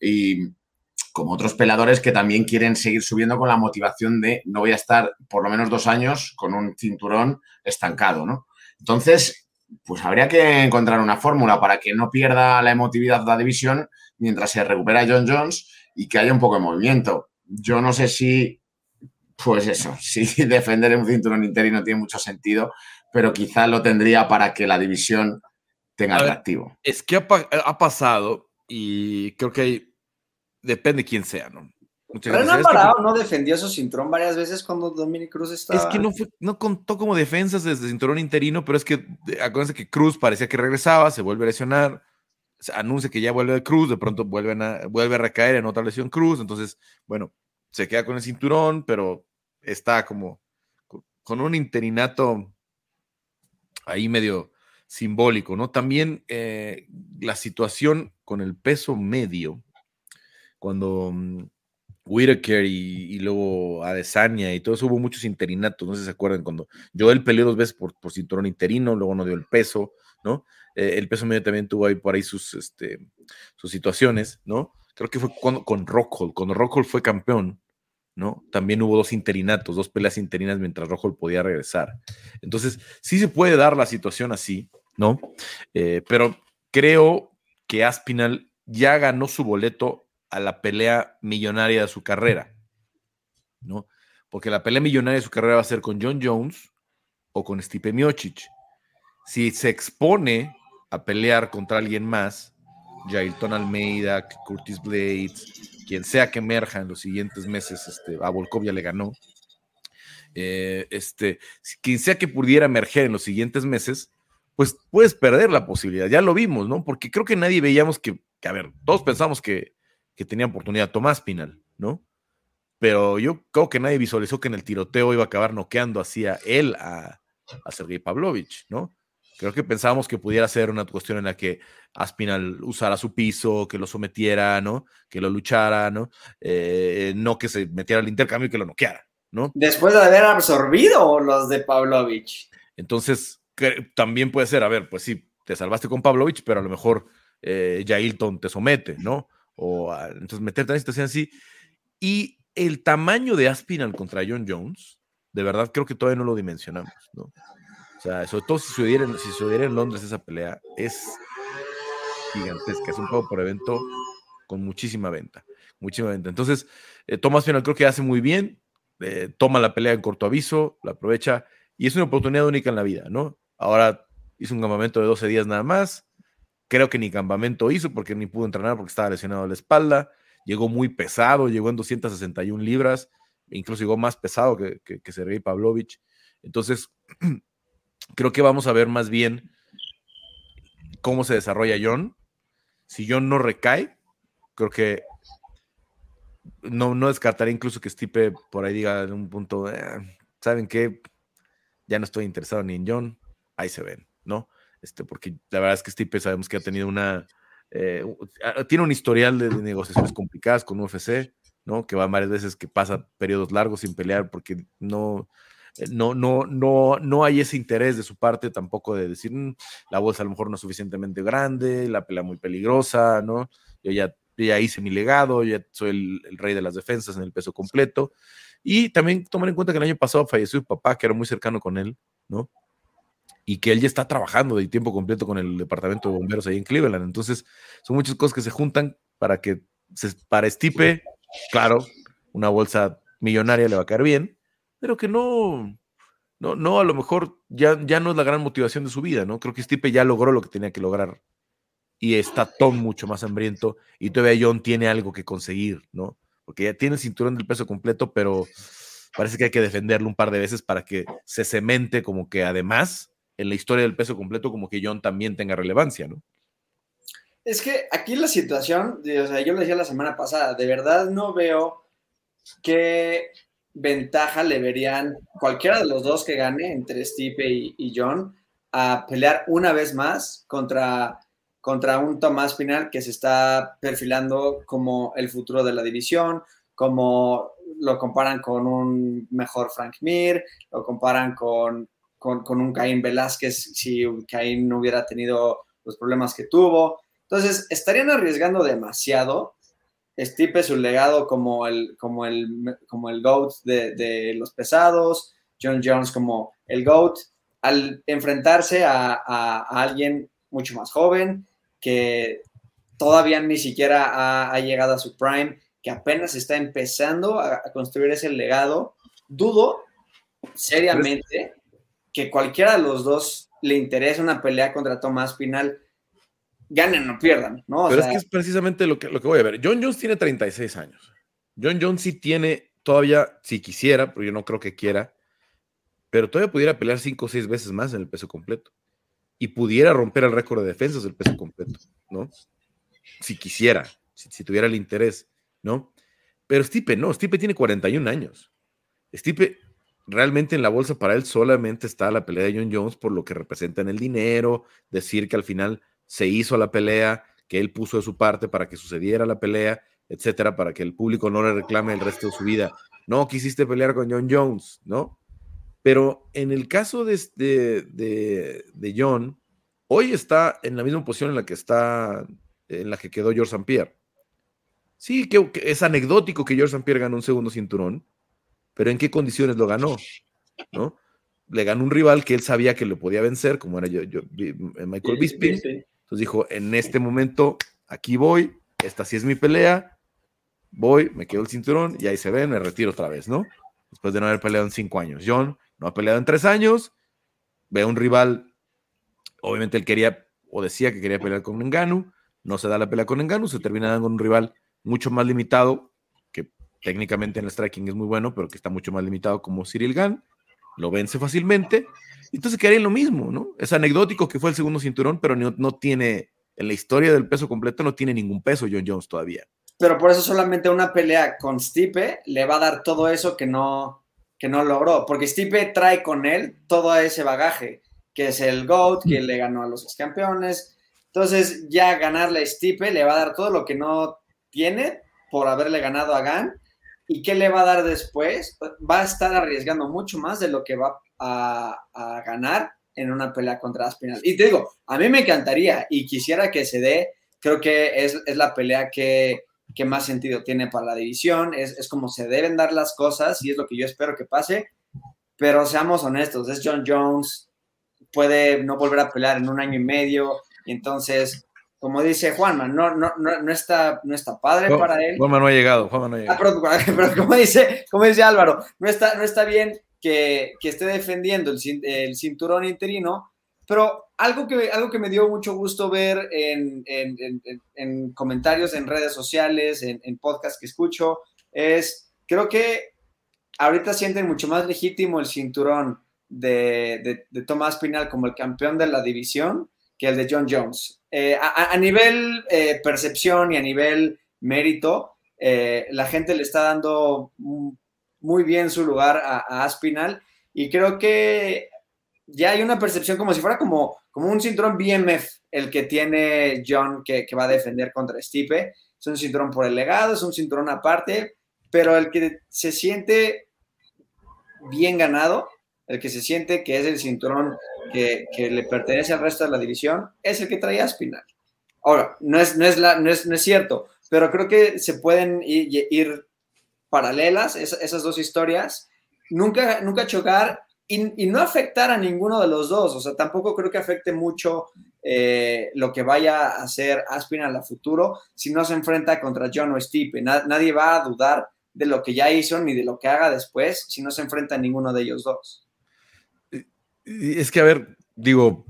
y como otros peleadores que también quieren seguir subiendo con la motivación de no voy a estar por lo menos dos años con un cinturón estancado, ¿no? Entonces, pues habría que encontrar una fórmula para que no pierda la emotividad de la división mientras se recupera John Jones y que haya un poco de movimiento. Yo no sé si... Pues eso, sí, defender un cinturón interino tiene mucho sentido, pero quizás lo tendría para que la división tenga A ver, atractivo. Es que ha, pa- ha pasado y creo que hay, depende de quién sea, ¿no? Mucha gente dice, Renan es que, Barao no defendió su cinturón varias veces cuando Dominic Cruz estaba. es que no, fue, no contó como defensas desde cinturón interino, pero es que eh, acuérdense que Cruz parecía que regresaba, se vuelve a lesionar, se anuncia que ya vuelve de Cruz, de pronto vuelven a, vuelve a recaer en otra lesión Cruz, entonces, bueno, se queda con el cinturón, pero está como con, con un interinato ahí medio simbólico, ¿no? También eh, la situación con el peso medio, cuando um, Whitaker y, y luego Adesanya y todo eso, hubo muchos interinatos, no sé si se acuerdan, cuando Joel peleó dos veces por, por cinturón interino, luego no dio el peso, ¿no? Eh, el peso medio también tuvo ahí por ahí sus, este, sus situaciones, ¿no? Creo que fue cuando, con Rockhold, cuando Rockhold fue campeón, ¿no? También hubo dos interinatos, dos peleas interinas mientras Rockhold podía regresar. Entonces, sí se puede dar la situación así, ¿no? Eh, pero creo que Aspinall ya ganó su boleto a la pelea millonaria de su carrera, ¿no? Porque la pelea millonaria de su carrera va a ser con John Jones o con Stipe Miocic. Si se expone a pelear contra alguien más, Jailton Almeida, Curtis Blades, quien sea que emerja en los siguientes meses, este, a Volkov ya le ganó, eh, este, quien sea que pudiera emerger en los siguientes meses, pues puedes perder la posibilidad, ya lo vimos, ¿no? Porque creo que nadie veíamos que, que a ver, todos pensamos que, que tenía oportunidad Tomás Pinal, ¿no? Pero yo creo que nadie visualizó que en el tiroteo iba a acabar noqueando hacia él a, a Sergei Pavlovich, ¿no? Creo que pensábamos que pudiera ser una cuestión en la que Aspinall usara su piso, que lo sometiera, ¿no? Que lo luchara, ¿no? Eh, no que se metiera al intercambio y que lo noqueara, ¿no? Después de haber absorbido los de Pavlovich. Entonces, que, también puede ser, a ver, pues sí, te salvaste con Pavlovich, pero a lo mejor eh, Jailton te somete, ¿no? O a, entonces meterte en una situación así. Y el tamaño de Aspinall contra John Jones, de verdad creo que todavía no lo dimensionamos, ¿no? O sea, sobre todo si se diera, si se diera en Londres esa pelea, es gigantesca, es un pago por evento con muchísima venta, muchísima venta. Entonces, eh, Tomás Pinal creo que hace muy bien, eh, toma la pelea en corto aviso, la aprovecha, y es una oportunidad única en la vida, ¿no? Ahora hizo un campamento de doce días nada más, creo que ni campamento hizo porque ni pudo entrenar porque estaba lesionado de la espalda, llegó muy pesado, llegó en doscientas sesenta y una libras, incluso llegó más pesado que, que, que Sergei Pavlovich. Entonces, creo que vamos a ver más bien cómo se desarrolla John. Si John no recae, creo que no, no descartaría incluso que Stipe por ahí diga en un punto, eh, ¿saben qué? Ya no estoy interesado ni en John, ahí se ven, ¿no? Este, porque la verdad es que Stipe sabemos que ha tenido una, eh, tiene un historial de, de negociaciones complicadas con U F C, ¿no? Que va varias veces que pasa periodos largos sin pelear porque no, no, no, no, no hay ese interés de su parte tampoco de decir, mmm, la bolsa a lo mejor no es suficientemente grande, la pelea muy peligrosa, ¿no? Yo ya, yo ya hice mi legado, ya soy el, el rey de las defensas en el peso completo. Y también tomar en cuenta que el año pasado falleció su papá, que era muy cercano con él, ¿no? Y que él ya está trabajando de tiempo completo con el departamento de bomberos ahí en Cleveland. Entonces, son muchas cosas que se juntan para que, se, para Stipe, claro, una bolsa millonaria le va a caer bien, pero que no, no, no, a lo mejor ya, ya no es la gran motivación de su vida, ¿no? Creo que Stipe ya logró lo que tenía que lograr y está Tom mucho más hambriento y todavía John tiene algo que conseguir, ¿no? Porque ya tiene el cinturón del peso completo, pero parece que hay que defenderlo un par de veces para que se cemente como que además en la historia del peso completo como que John también tenga relevancia, ¿no? Es que aquí la situación, o sea, yo lo decía la semana pasada, de verdad no veo qué ventaja le verían cualquiera de los dos que gane entre Stipe y, y John a pelear una vez más contra, contra un Tomás Pinal que se está perfilando como el futuro de la división, como lo comparan con un mejor Frank Mir, lo comparan con, con, con un Caín Velázquez si Caín no hubiera tenido los problemas que tuvo. Entonces, estarían arriesgando demasiado. Stipe su legado como el, como el, como el GOAT de, de los pesados, John Jones como el GOAT, al enfrentarse a, a, a alguien mucho más joven, que todavía ni siquiera ha, ha llegado a su prime, que apenas está empezando a, a construir ese legado. Dudo seriamente que cualquiera de los dos le interesa una pelea contra Tomás Pinal, ganen o pierdan, ¿no? O Pero sea, es que es precisamente lo que, lo que voy a ver. Jon Jones tiene treinta y seis años. Jon Jones sí tiene todavía, si quisiera, pero yo no creo que quiera, pero todavía pudiera pelear cinco o seis veces más en el peso completo. Y pudiera romper el récord de defensas del peso completo, ¿no? Si quisiera, si, si tuviera el interés, ¿no? Pero Stipe no, Stipe tiene cuarenta y un años. Stipe realmente en la bolsa para él solamente está la pelea de Jon Jones por lo que representa en el dinero, decir que al final se hizo la pelea, que él puso de su parte para que sucediera la pelea, etcétera, para que el público no le reclame el resto de su vida. No quisiste pelear con Jon Jones, ¿no? Pero en el caso de, de, de, de Jon, hoy está en la misma posición en la que está, en la que quedó George Saint Pierre. Sí, que, que es anecdótico que George Saint Pierre ganó un segundo cinturón, pero ¿en qué condiciones lo ganó? ¿No? Le ganó un rival que él sabía que lo podía vencer, como era yo, yo, Michael Bisping. Entonces dijo, en este momento, aquí voy, esta sí es mi pelea, voy, me quedo el cinturón y ahí se ven, me retiro otra vez, ¿no? Después de no haber peleado en cinco años. Jon no ha peleado en tres años, ve a un rival, obviamente él quería, o decía que quería pelear con Ngannou, no se da la pelea con Ngannou, se termina dando con un rival mucho más limitado, que técnicamente en el striking es muy bueno, pero que está mucho más limitado como Ciryl Gane, lo vence fácilmente, entonces quedaría en lo mismo, ¿no? Es anecdótico que fue el segundo cinturón, pero no, no tiene, en la historia del peso completo no tiene ningún peso Jon Jones todavía. Pero por eso solamente una pelea con Stipe le va a dar todo eso que no, que no logró, porque Stipe trae con él todo ese bagaje, que es el GOAT, que le ganó a los ex campeones. Entonces ya ganarle a Stipe le va a dar todo lo que no tiene por haberle ganado a Gane. ¿Y qué le va a dar después? Va a estar arriesgando mucho más de lo que va a, a ganar en una pelea contra Aspinall. Y te digo, a mí me encantaría y quisiera que se dé, creo que es, es la pelea que, que más sentido tiene para la división, es, es como se deben dar las cosas y es lo que yo espero que pase, pero seamos honestos, es Jon Jones, puede no volver a pelear en un año y medio, y entonces, como dice Juanma, no, no, no, no, está, no está padre no, para él. Juanma no ha llegado, Juanma no ha llegado. Ah, pero, pero como, dice, como dice Álvaro, no está, no está bien que, que esté defendiendo el, el cinturón interino, pero algo que, algo que me dio mucho gusto ver en, en, en, en comentarios en redes sociales, en, en podcasts que escucho, es, creo que ahorita sienten mucho más legítimo el cinturón de, de, de Tomás Pinal como el campeón de la división que el de Jon Jones. Eh, a, a nivel eh, percepción y a nivel mérito, eh, la gente le está dando muy bien su lugar a, a Aspinall y creo que ya hay una percepción como si fuera como, como un cinturón B M F el que tiene Jon que, que va a defender contra Stipe. Es un cinturón por el legado, es un cinturón aparte, pero el que se siente bien ganado, el que se siente que es el cinturón que, que le pertenece al resto de la división, es el que trae Aspinall. Ahora, no es, no es, la, no es, no es cierto, pero creo que se pueden ir, ir paralelas esas, esas dos historias, nunca, nunca chocar y, y no afectar a ninguno de los dos. O sea, tampoco creo que afecte mucho eh, lo que vaya a hacer Aspinall a futuro si no se enfrenta contra Jon o Stipe. Na, nadie va a dudar de lo que ya hizo ni de lo que haga después si no se enfrenta a ninguno de ellos dos. Es que, a ver, digo,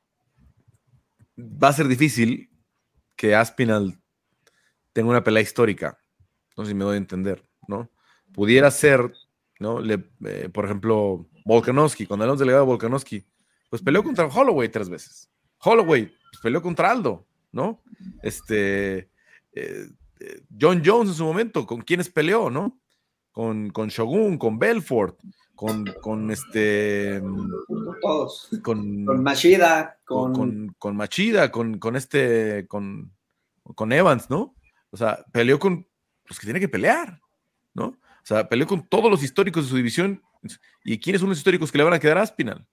va a ser difícil que Aspinall tenga una pelea histórica. No sé si me doy a entender, ¿no? Pudiera ser, ¿no? Le, eh, por ejemplo, Volkanovski, cuando hablamos del legado de Volkanovski, pues peleó contra Holloway tres veces. Holloway pues, peleó contra Aldo, ¿no? Este, eh, eh, Jon Jones en su momento, ¿con quiénes peleó, no? Con, con Shogun, con Belfort, con, con este... Todos. Con, con Machida, con... Con, con Machida, con, con este, con, con Evans, ¿no? O sea, peleó con los que tiene que pelear, ¿no? O sea, peleó con todos los históricos de su división. ¿Y quiénes son los históricos que le van a quedar a Aspinall?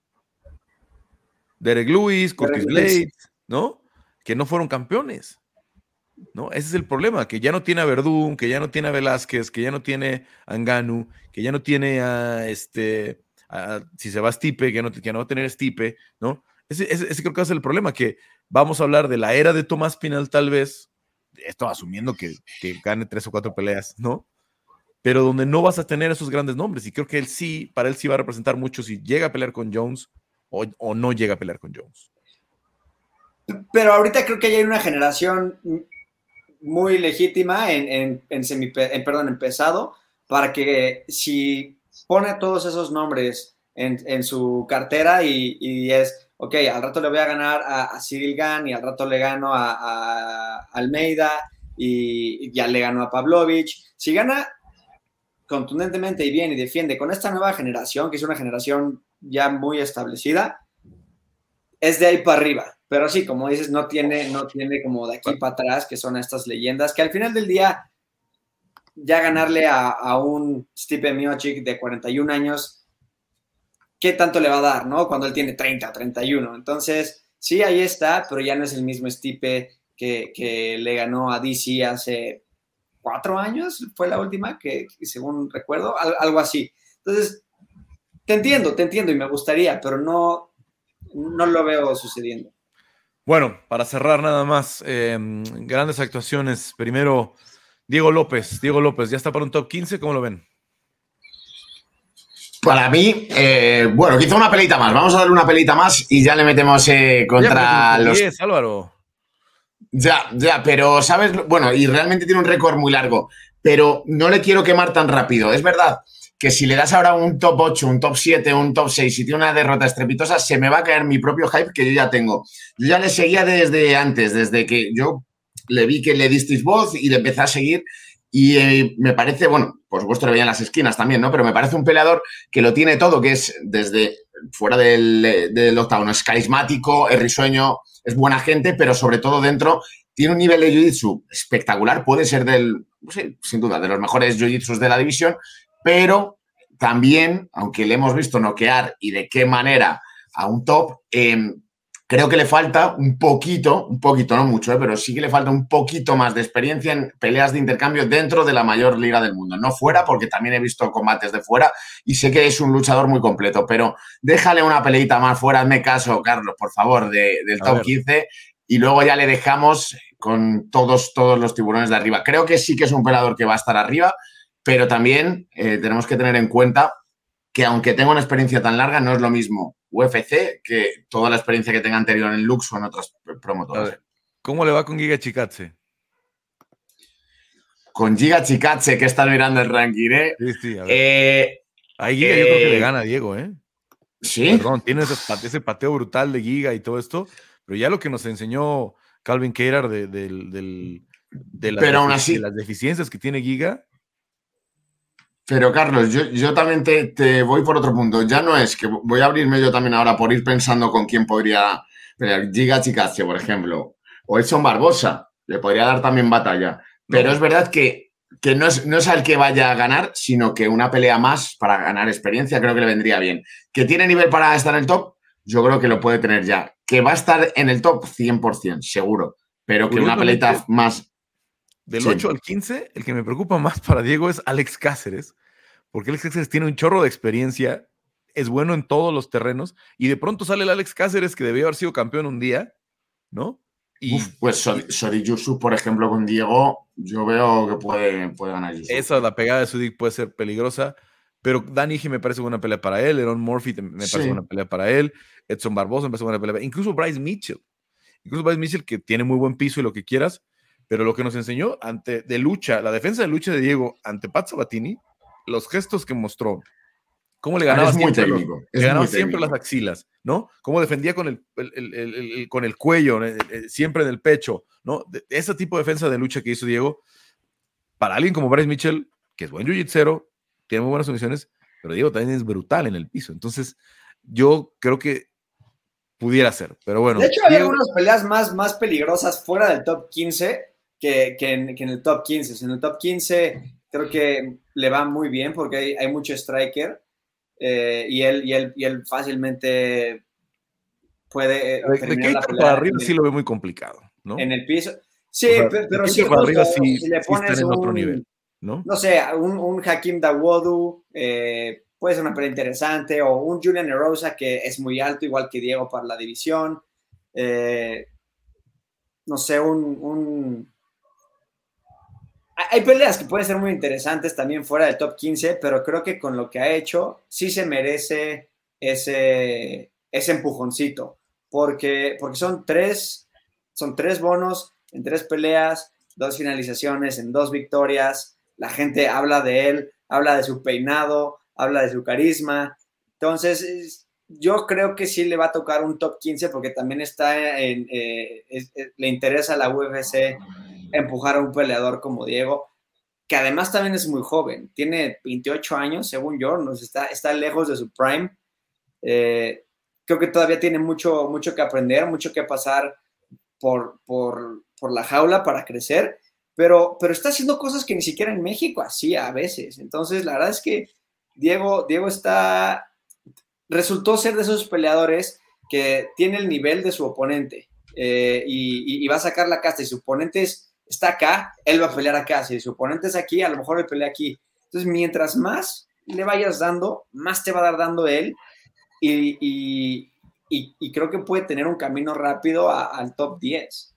Derek Lewis, Curtis Blades, ¿no? Que no fueron campeones, ¿no? Ese es el problema, que ya no tiene a Verdún, que ya no tiene a Velázquez, que ya no tiene a Ngannou, que ya no tiene a este, a, si se va a Stipe, que no, que no va a tener Stipe, ¿no? Ese, ese, ese creo que es el problema, que vamos a hablar de la era de Tomás Pinal tal vez, esto asumiendo que, que gane tres o cuatro peleas, ¿no? Pero donde no vas a tener esos grandes nombres, y creo que él sí, para él sí va a representar mucho si llega a pelear con Jones o, o no llega a pelear con Jones. Pero ahorita creo que ya hay una generación muy legítima en, en, en, semi, en, perdón, en pesado, para que si pone todos esos nombres en, en su cartera y, y es, ok, al rato le voy a ganar a, a Cyril Gane y al rato le gano a, a Almeida y, y ya le gano a Pavlovich. Si gana contundentemente y bien y defiende con esta nueva generación, que es una generación ya muy establecida, es de ahí para arriba. Pero sí, como dices, no tiene, no tiene como de aquí para atrás, que son estas leyendas, que al final del día ya ganarle a, a un Stipe Miocic de cuarenta y un años, ¿qué tanto le va a dar, no? Cuando él tiene treinta o treinta y uno. Entonces, sí, ahí está, pero ya no es el mismo Stipe que, que le ganó a D C hace cuatro años, fue la última, que, que según recuerdo, algo así. Entonces, te entiendo, te entiendo y me gustaría, pero no, no lo veo sucediendo. Bueno, para cerrar nada más, eh, grandes actuaciones. Primero, Diego López. Diego López, ¿ya está para un top quince? ¿Cómo lo ven? Para mí, eh, bueno, quizá una pelita más. Vamos a darle una pelita más y ya le metemos eh, contra ya, los... diez, Álvaro. Ya, ya, pero, ¿sabes? Bueno, y realmente tiene un récord muy largo, pero no le quiero quemar tan rápido. Es verdad que si le das ahora un top ocho, un top siete, un top seis y tiene una derrota estrepitosa, se me va a caer mi propio hype que yo ya tengo. Yo ya le seguía desde antes, desde que yo le vi que le disteis voz y le empecé a seguir y eh, me parece, bueno, por supuesto le veía en las esquinas también, ¿no? Pero me parece un peleador que lo tiene todo, que es desde fuera del, del octavo, es carismático, es risueño, es buena gente, pero sobre todo dentro tiene un nivel de jiu-jitsu espectacular, puede ser del, sí, sin duda, de los mejores jiu-jitsus de la división, pero también, aunque le hemos visto noquear y de qué manera a un top, eh, creo que le falta un poquito, un poquito, no mucho, eh, pero sí que le falta un poquito más de experiencia en peleas de intercambio dentro de la mayor liga del mundo. No fuera, porque también he visto combates de fuera y sé que es un luchador muy completo, pero déjale una peleita más fuera, hazme caso, Carlos, por favor, de, del A top ver. quince y luego ya le dejamos con todos, todos los tiburones de arriba. Creo que sí que es un peleador que va a estar arriba, pero también eh, tenemos que tener en cuenta que aunque tenga una experiencia tan larga, no es lo mismo U F C que toda la experiencia que tenga anterior en Lux o en otras promotoras. A ver, ¿cómo le va con Giga Chikadze? Con Giga Chikadze, que está mirando el ranking, ¿eh? Sí, sí, a ver. Eh, Ahí Giga eh, yo creo que le gana a Diego, ¿eh? Sí. Perdón, tiene ese, ese pateo brutal de Giga y todo esto, pero ya lo que nos enseñó Calvin Kattar de, de, de, de, las, pero aún así, de las deficiencias que tiene Giga. Pero Carlos, yo, yo también te, te voy por otro punto. Ya no es que voy a abrirme yo también ahora por ir pensando con quién podría pelear. Giga Chikadze, por ejemplo, o Edson Barbosa, le podría dar también batalla. Pero no. Es verdad que, que no, es, no es al que vaya a ganar, sino que una pelea más para ganar experiencia creo que le vendría bien. ¿Que tiene nivel para estar en el top? Yo creo que lo puede tener ya. ¿Que va a estar en el top? cien por ciento, seguro. Pero que una peleita más... Del sí. ocho al quince, el que me preocupa más para Diego es Alex Cáceres, porque Alex Cáceres tiene un chorro de experiencia, es bueno en todos los terrenos, y de pronto sale el Alex Cáceres que debió haber sido campeón un día, ¿no? Y, Uf, pues Sodi Yusuf, por ejemplo, con Diego, yo veo que puede, puede ganar Yusuf. Esa, la pegada de Sudik puede ser peligrosa, pero Dan Ige me parece buena pelea para él, Aaron Murphy me parece sí. buena pelea para él, Edson Barbosa me parece buena pelea, incluso Bryce Mitchell, incluso Bryce Mitchell que tiene muy buen piso y lo que quieras, pero lo que nos enseñó ante de lucha, la defensa de lucha de Diego ante Pat Sabatini, los gestos que mostró, cómo le ganaba, es muy siempre, técnico, los, es le ganaba muy siempre técnico. las axilas, ¿no? Cómo defendía con el, el, el, el, el con el cuello, el, el, siempre en el pecho, ¿no? De, ese tipo de defensa de lucha que hizo Diego, para alguien como Bryce Mitchell, que es buen jiu-jitsero, tiene muy buenas condiciones, pero Diego también es brutal en el piso. Entonces, yo creo que pudiera ser, pero bueno. De hecho, hay Diego, algunas peleas más, más peligrosas fuera del top quince que, que, en, que en el top quince. En el top quince creo que le va muy bien porque hay, hay mucho striker eh, y, él, y, él, y él fácilmente puede eh, de, terminar de la pelea pelea para arriba en sí el, lo ve muy complicado, ¿no? En el piso. Sí, o sea, pero, pero sí, para arriba justo, sí, si le sí pones están en un, otro nivel, ¿no? No sé, un, un Hakeem Dawodu eh, puede ser una pelea interesante, o un Julian Erosa que es muy alto, igual que Diego para la división. Eh, no sé, un, un... Hay peleas que pueden ser muy interesantes también fuera del top quince, pero creo que con lo que ha hecho sí se merece ese, ese empujoncito, porque, porque son, tres, son tres bonos en tres peleas, dos finalizaciones en dos victorias, la gente habla de él, habla de su peinado, habla de su carisma, entonces yo creo que sí le va a tocar un top quince porque también está en, eh, es, es, le interesa a la U F C empujar a un peleador como Diego, que además también es muy joven, tiene veintiocho años, según yo, nos está, está lejos de su prime. Eh, creo que todavía tiene mucho, mucho que aprender, mucho que pasar por, por, por la jaula para crecer, pero, pero está haciendo cosas que ni siquiera en México hacía a veces. Entonces, la verdad es que Diego, Diego está, resultó ser de esos peleadores que tiene el nivel de su oponente eh, y, y, y va a sacar la casta y su oponente es está acá, él va a pelear acá. Si su oponente es aquí, a lo mejor él pelea aquí. Entonces, mientras más le vayas dando, más te va a dar dando él. Y, y, y, y creo que puede tener un camino rápido a, al top diez.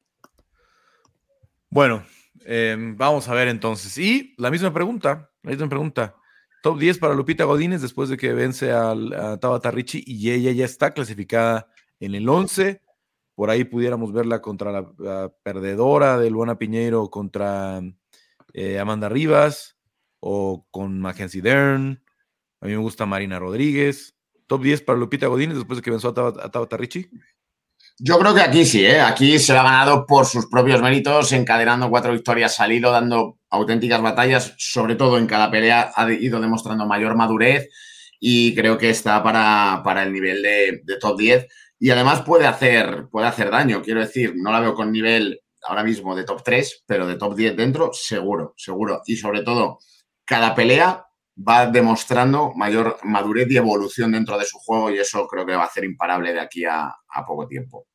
Bueno, eh, vamos a ver entonces. Y la misma pregunta, la misma pregunta. Top diez para Lupita Godínez después de que vence a, a Tabata Ricci y ella ya está clasificada en el once. Por ahí pudiéramos verla contra la, la perdedora de Luana Piñeiro, contra eh, Amanda Rivas o con Mackenzie Dern. A mí me gusta Marina Rodríguez. Top diez para Lupita Godínez después de que venció a Tabata, a Tabata Ricci. Yo creo que aquí sí, ¿eh? Aquí se lo ha ganado por sus propios méritos, encadenando cuatro victorias al hilo, dando auténticas batallas, sobre todo en cada pelea ha ido demostrando mayor madurez y creo que está para, para el nivel de, de top diez. Y además puede hacer, puede hacer daño, quiero decir, no la veo con nivel ahora mismo de top tres, pero de top diez dentro, seguro, seguro. Y sobre todo, cada pelea va demostrando mayor madurez y evolución dentro de su juego y eso creo que va a hacer imparable de aquí a, a poco tiempo.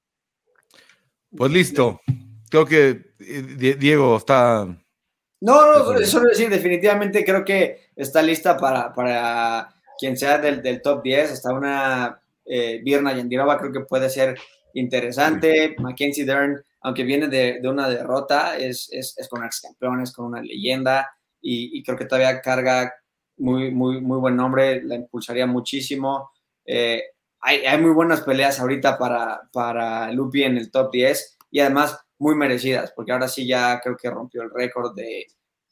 Pues listo. Creo que Diego está... No, no, eso es decir, definitivamente creo que está lista para, para quien sea del, del top diez. Está una... Eh, Virna Yandirova creo que puede ser interesante. Mackenzie Dern, aunque viene de, de una derrota, es, es, es con ex campeones, con una leyenda y, y creo que todavía carga muy, muy, muy buen nombre, la impulsaría muchísimo. Eh, hay, hay muy buenas peleas ahorita para, para Lupi en el top diez y además muy merecidas, porque ahora sí ya creo que rompió el récord de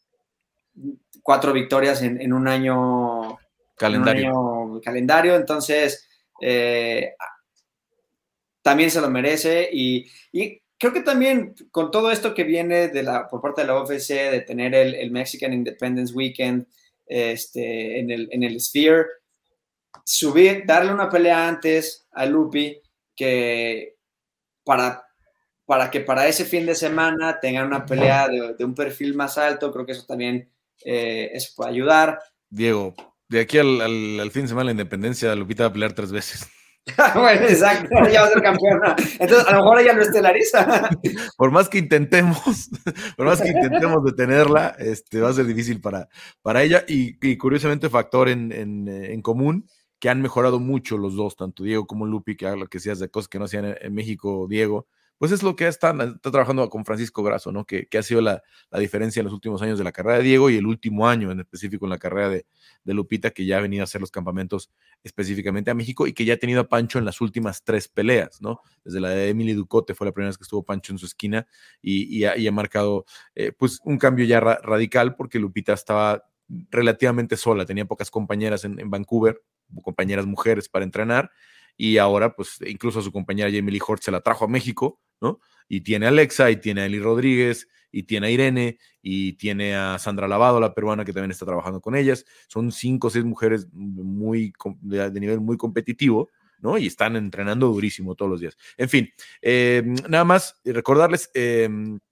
cuatro victorias en, en un año calendario. En un año calendario, entonces Eh, también se lo merece y, y creo que también con todo esto que viene de la, por parte de la U F C de tener el, el Mexican Independence Weekend este, en, el, en el Sphere, subir, darle una pelea antes a Lupi que para, para que para ese fin de semana tengan una pelea de, de un perfil más alto, creo que eso también eh, eso puede ayudar. Diego, de aquí al, al, al fin de semana de la independencia, Lupita va a pelear tres veces. Bueno, exacto, ya va a ser campeona. Entonces, a lo mejor ella lo estelariza. Por más que intentemos, por más que intentemos detenerla, este, va a ser difícil para, para ella. Y, y curiosamente, factor en, en, en común, que han mejorado mucho los dos, tanto Diego como Lupi, que lo que decías de cosas que no hacían en, en México, Diego. Pues es lo que está, está trabajando con Francisco Grasso, ¿no? Que, que ha sido la, la diferencia en los últimos años de la carrera de Diego y el último año en específico en la carrera de, de Lupita, que ya ha venido a hacer los campamentos específicamente a México y que ya ha tenido a Pancho en las últimas tres peleas, ¿no? Desde la de Emily Ducote fue la primera vez que estuvo Pancho en su esquina y, y, ha, y ha marcado eh, pues un cambio ya ra radical porque Lupita estaba relativamente sola, tenía pocas compañeras en, en Vancouver, compañeras mujeres para entrenar. Y ahora, pues, incluso a su compañera Jamie Lee Hort se la trajo a México, ¿no? Y tiene a Alexa, y tiene a Eli Rodríguez, y tiene a Irene, y tiene a Sandra Lavado, la peruana, que también está trabajando con ellas. Son cinco o seis mujeres muy, de, de nivel muy competitivo, ¿no? Y están entrenando durísimo todos los días. En fin, eh, nada más recordarles, eh,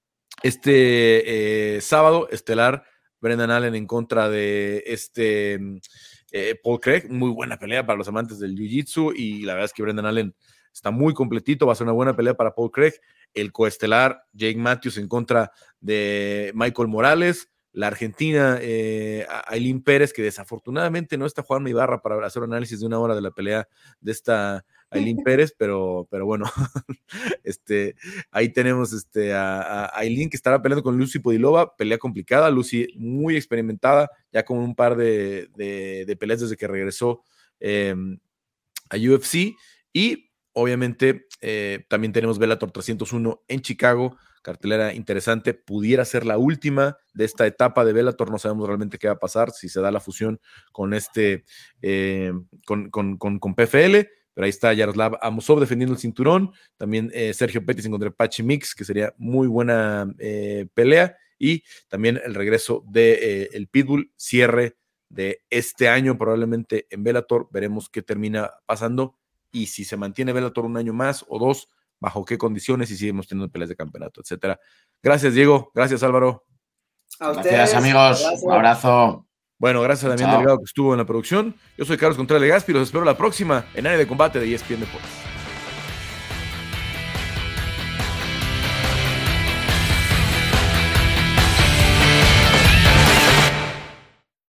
este eh, sábado, estelar, Brendan Allen en contra de este... Eh, Paul Craig, muy buena pelea para los amantes del Jiu-Jitsu y la verdad es que Brendan Allen está muy completito, va a ser una buena pelea para Paul Craig. El coestelar Jake Matthews en contra de Michael Morales, la argentina eh, Ailín Pérez, que desafortunadamente no está Juan Ibarra para hacer un análisis de una hora de la pelea de esta Ailín Pérez, pero, pero bueno, este, ahí tenemos este, a, a Ailín que estará peleando con Lucy Podilova, pelea complicada, Lucy muy experimentada, ya con un par de, de, de peleas desde que regresó eh, a U F C. Y obviamente eh, también tenemos Bellator trescientos uno en Chicago, cartelera interesante, pudiera ser la última de esta etapa de Bellator, no sabemos realmente qué va a pasar, si se da la fusión con este, eh, con, con, con, con P F L, pero ahí está Yaroslav Amosov defendiendo el cinturón, también eh, Sergio Pettis contra Patchy Mix, que sería muy buena eh, pelea, y también el regreso de eh, el Pitbull, cierre de este año probablemente en Bellator, veremos qué termina pasando, y si se mantiene Bellator un año más o dos, bajo qué condiciones y seguimos teniendo peleas de campeonato, etcétera. Gracias, Diego. Gracias, Álvaro. A ustedes, gracias, amigos. abrazo. Un abrazo. Bueno, gracias a Damián Delgado que estuvo en la producción. Yo soy Carlos Contreras Legaspi. Los espero la próxima en Área de Combate de E S P N Deportes.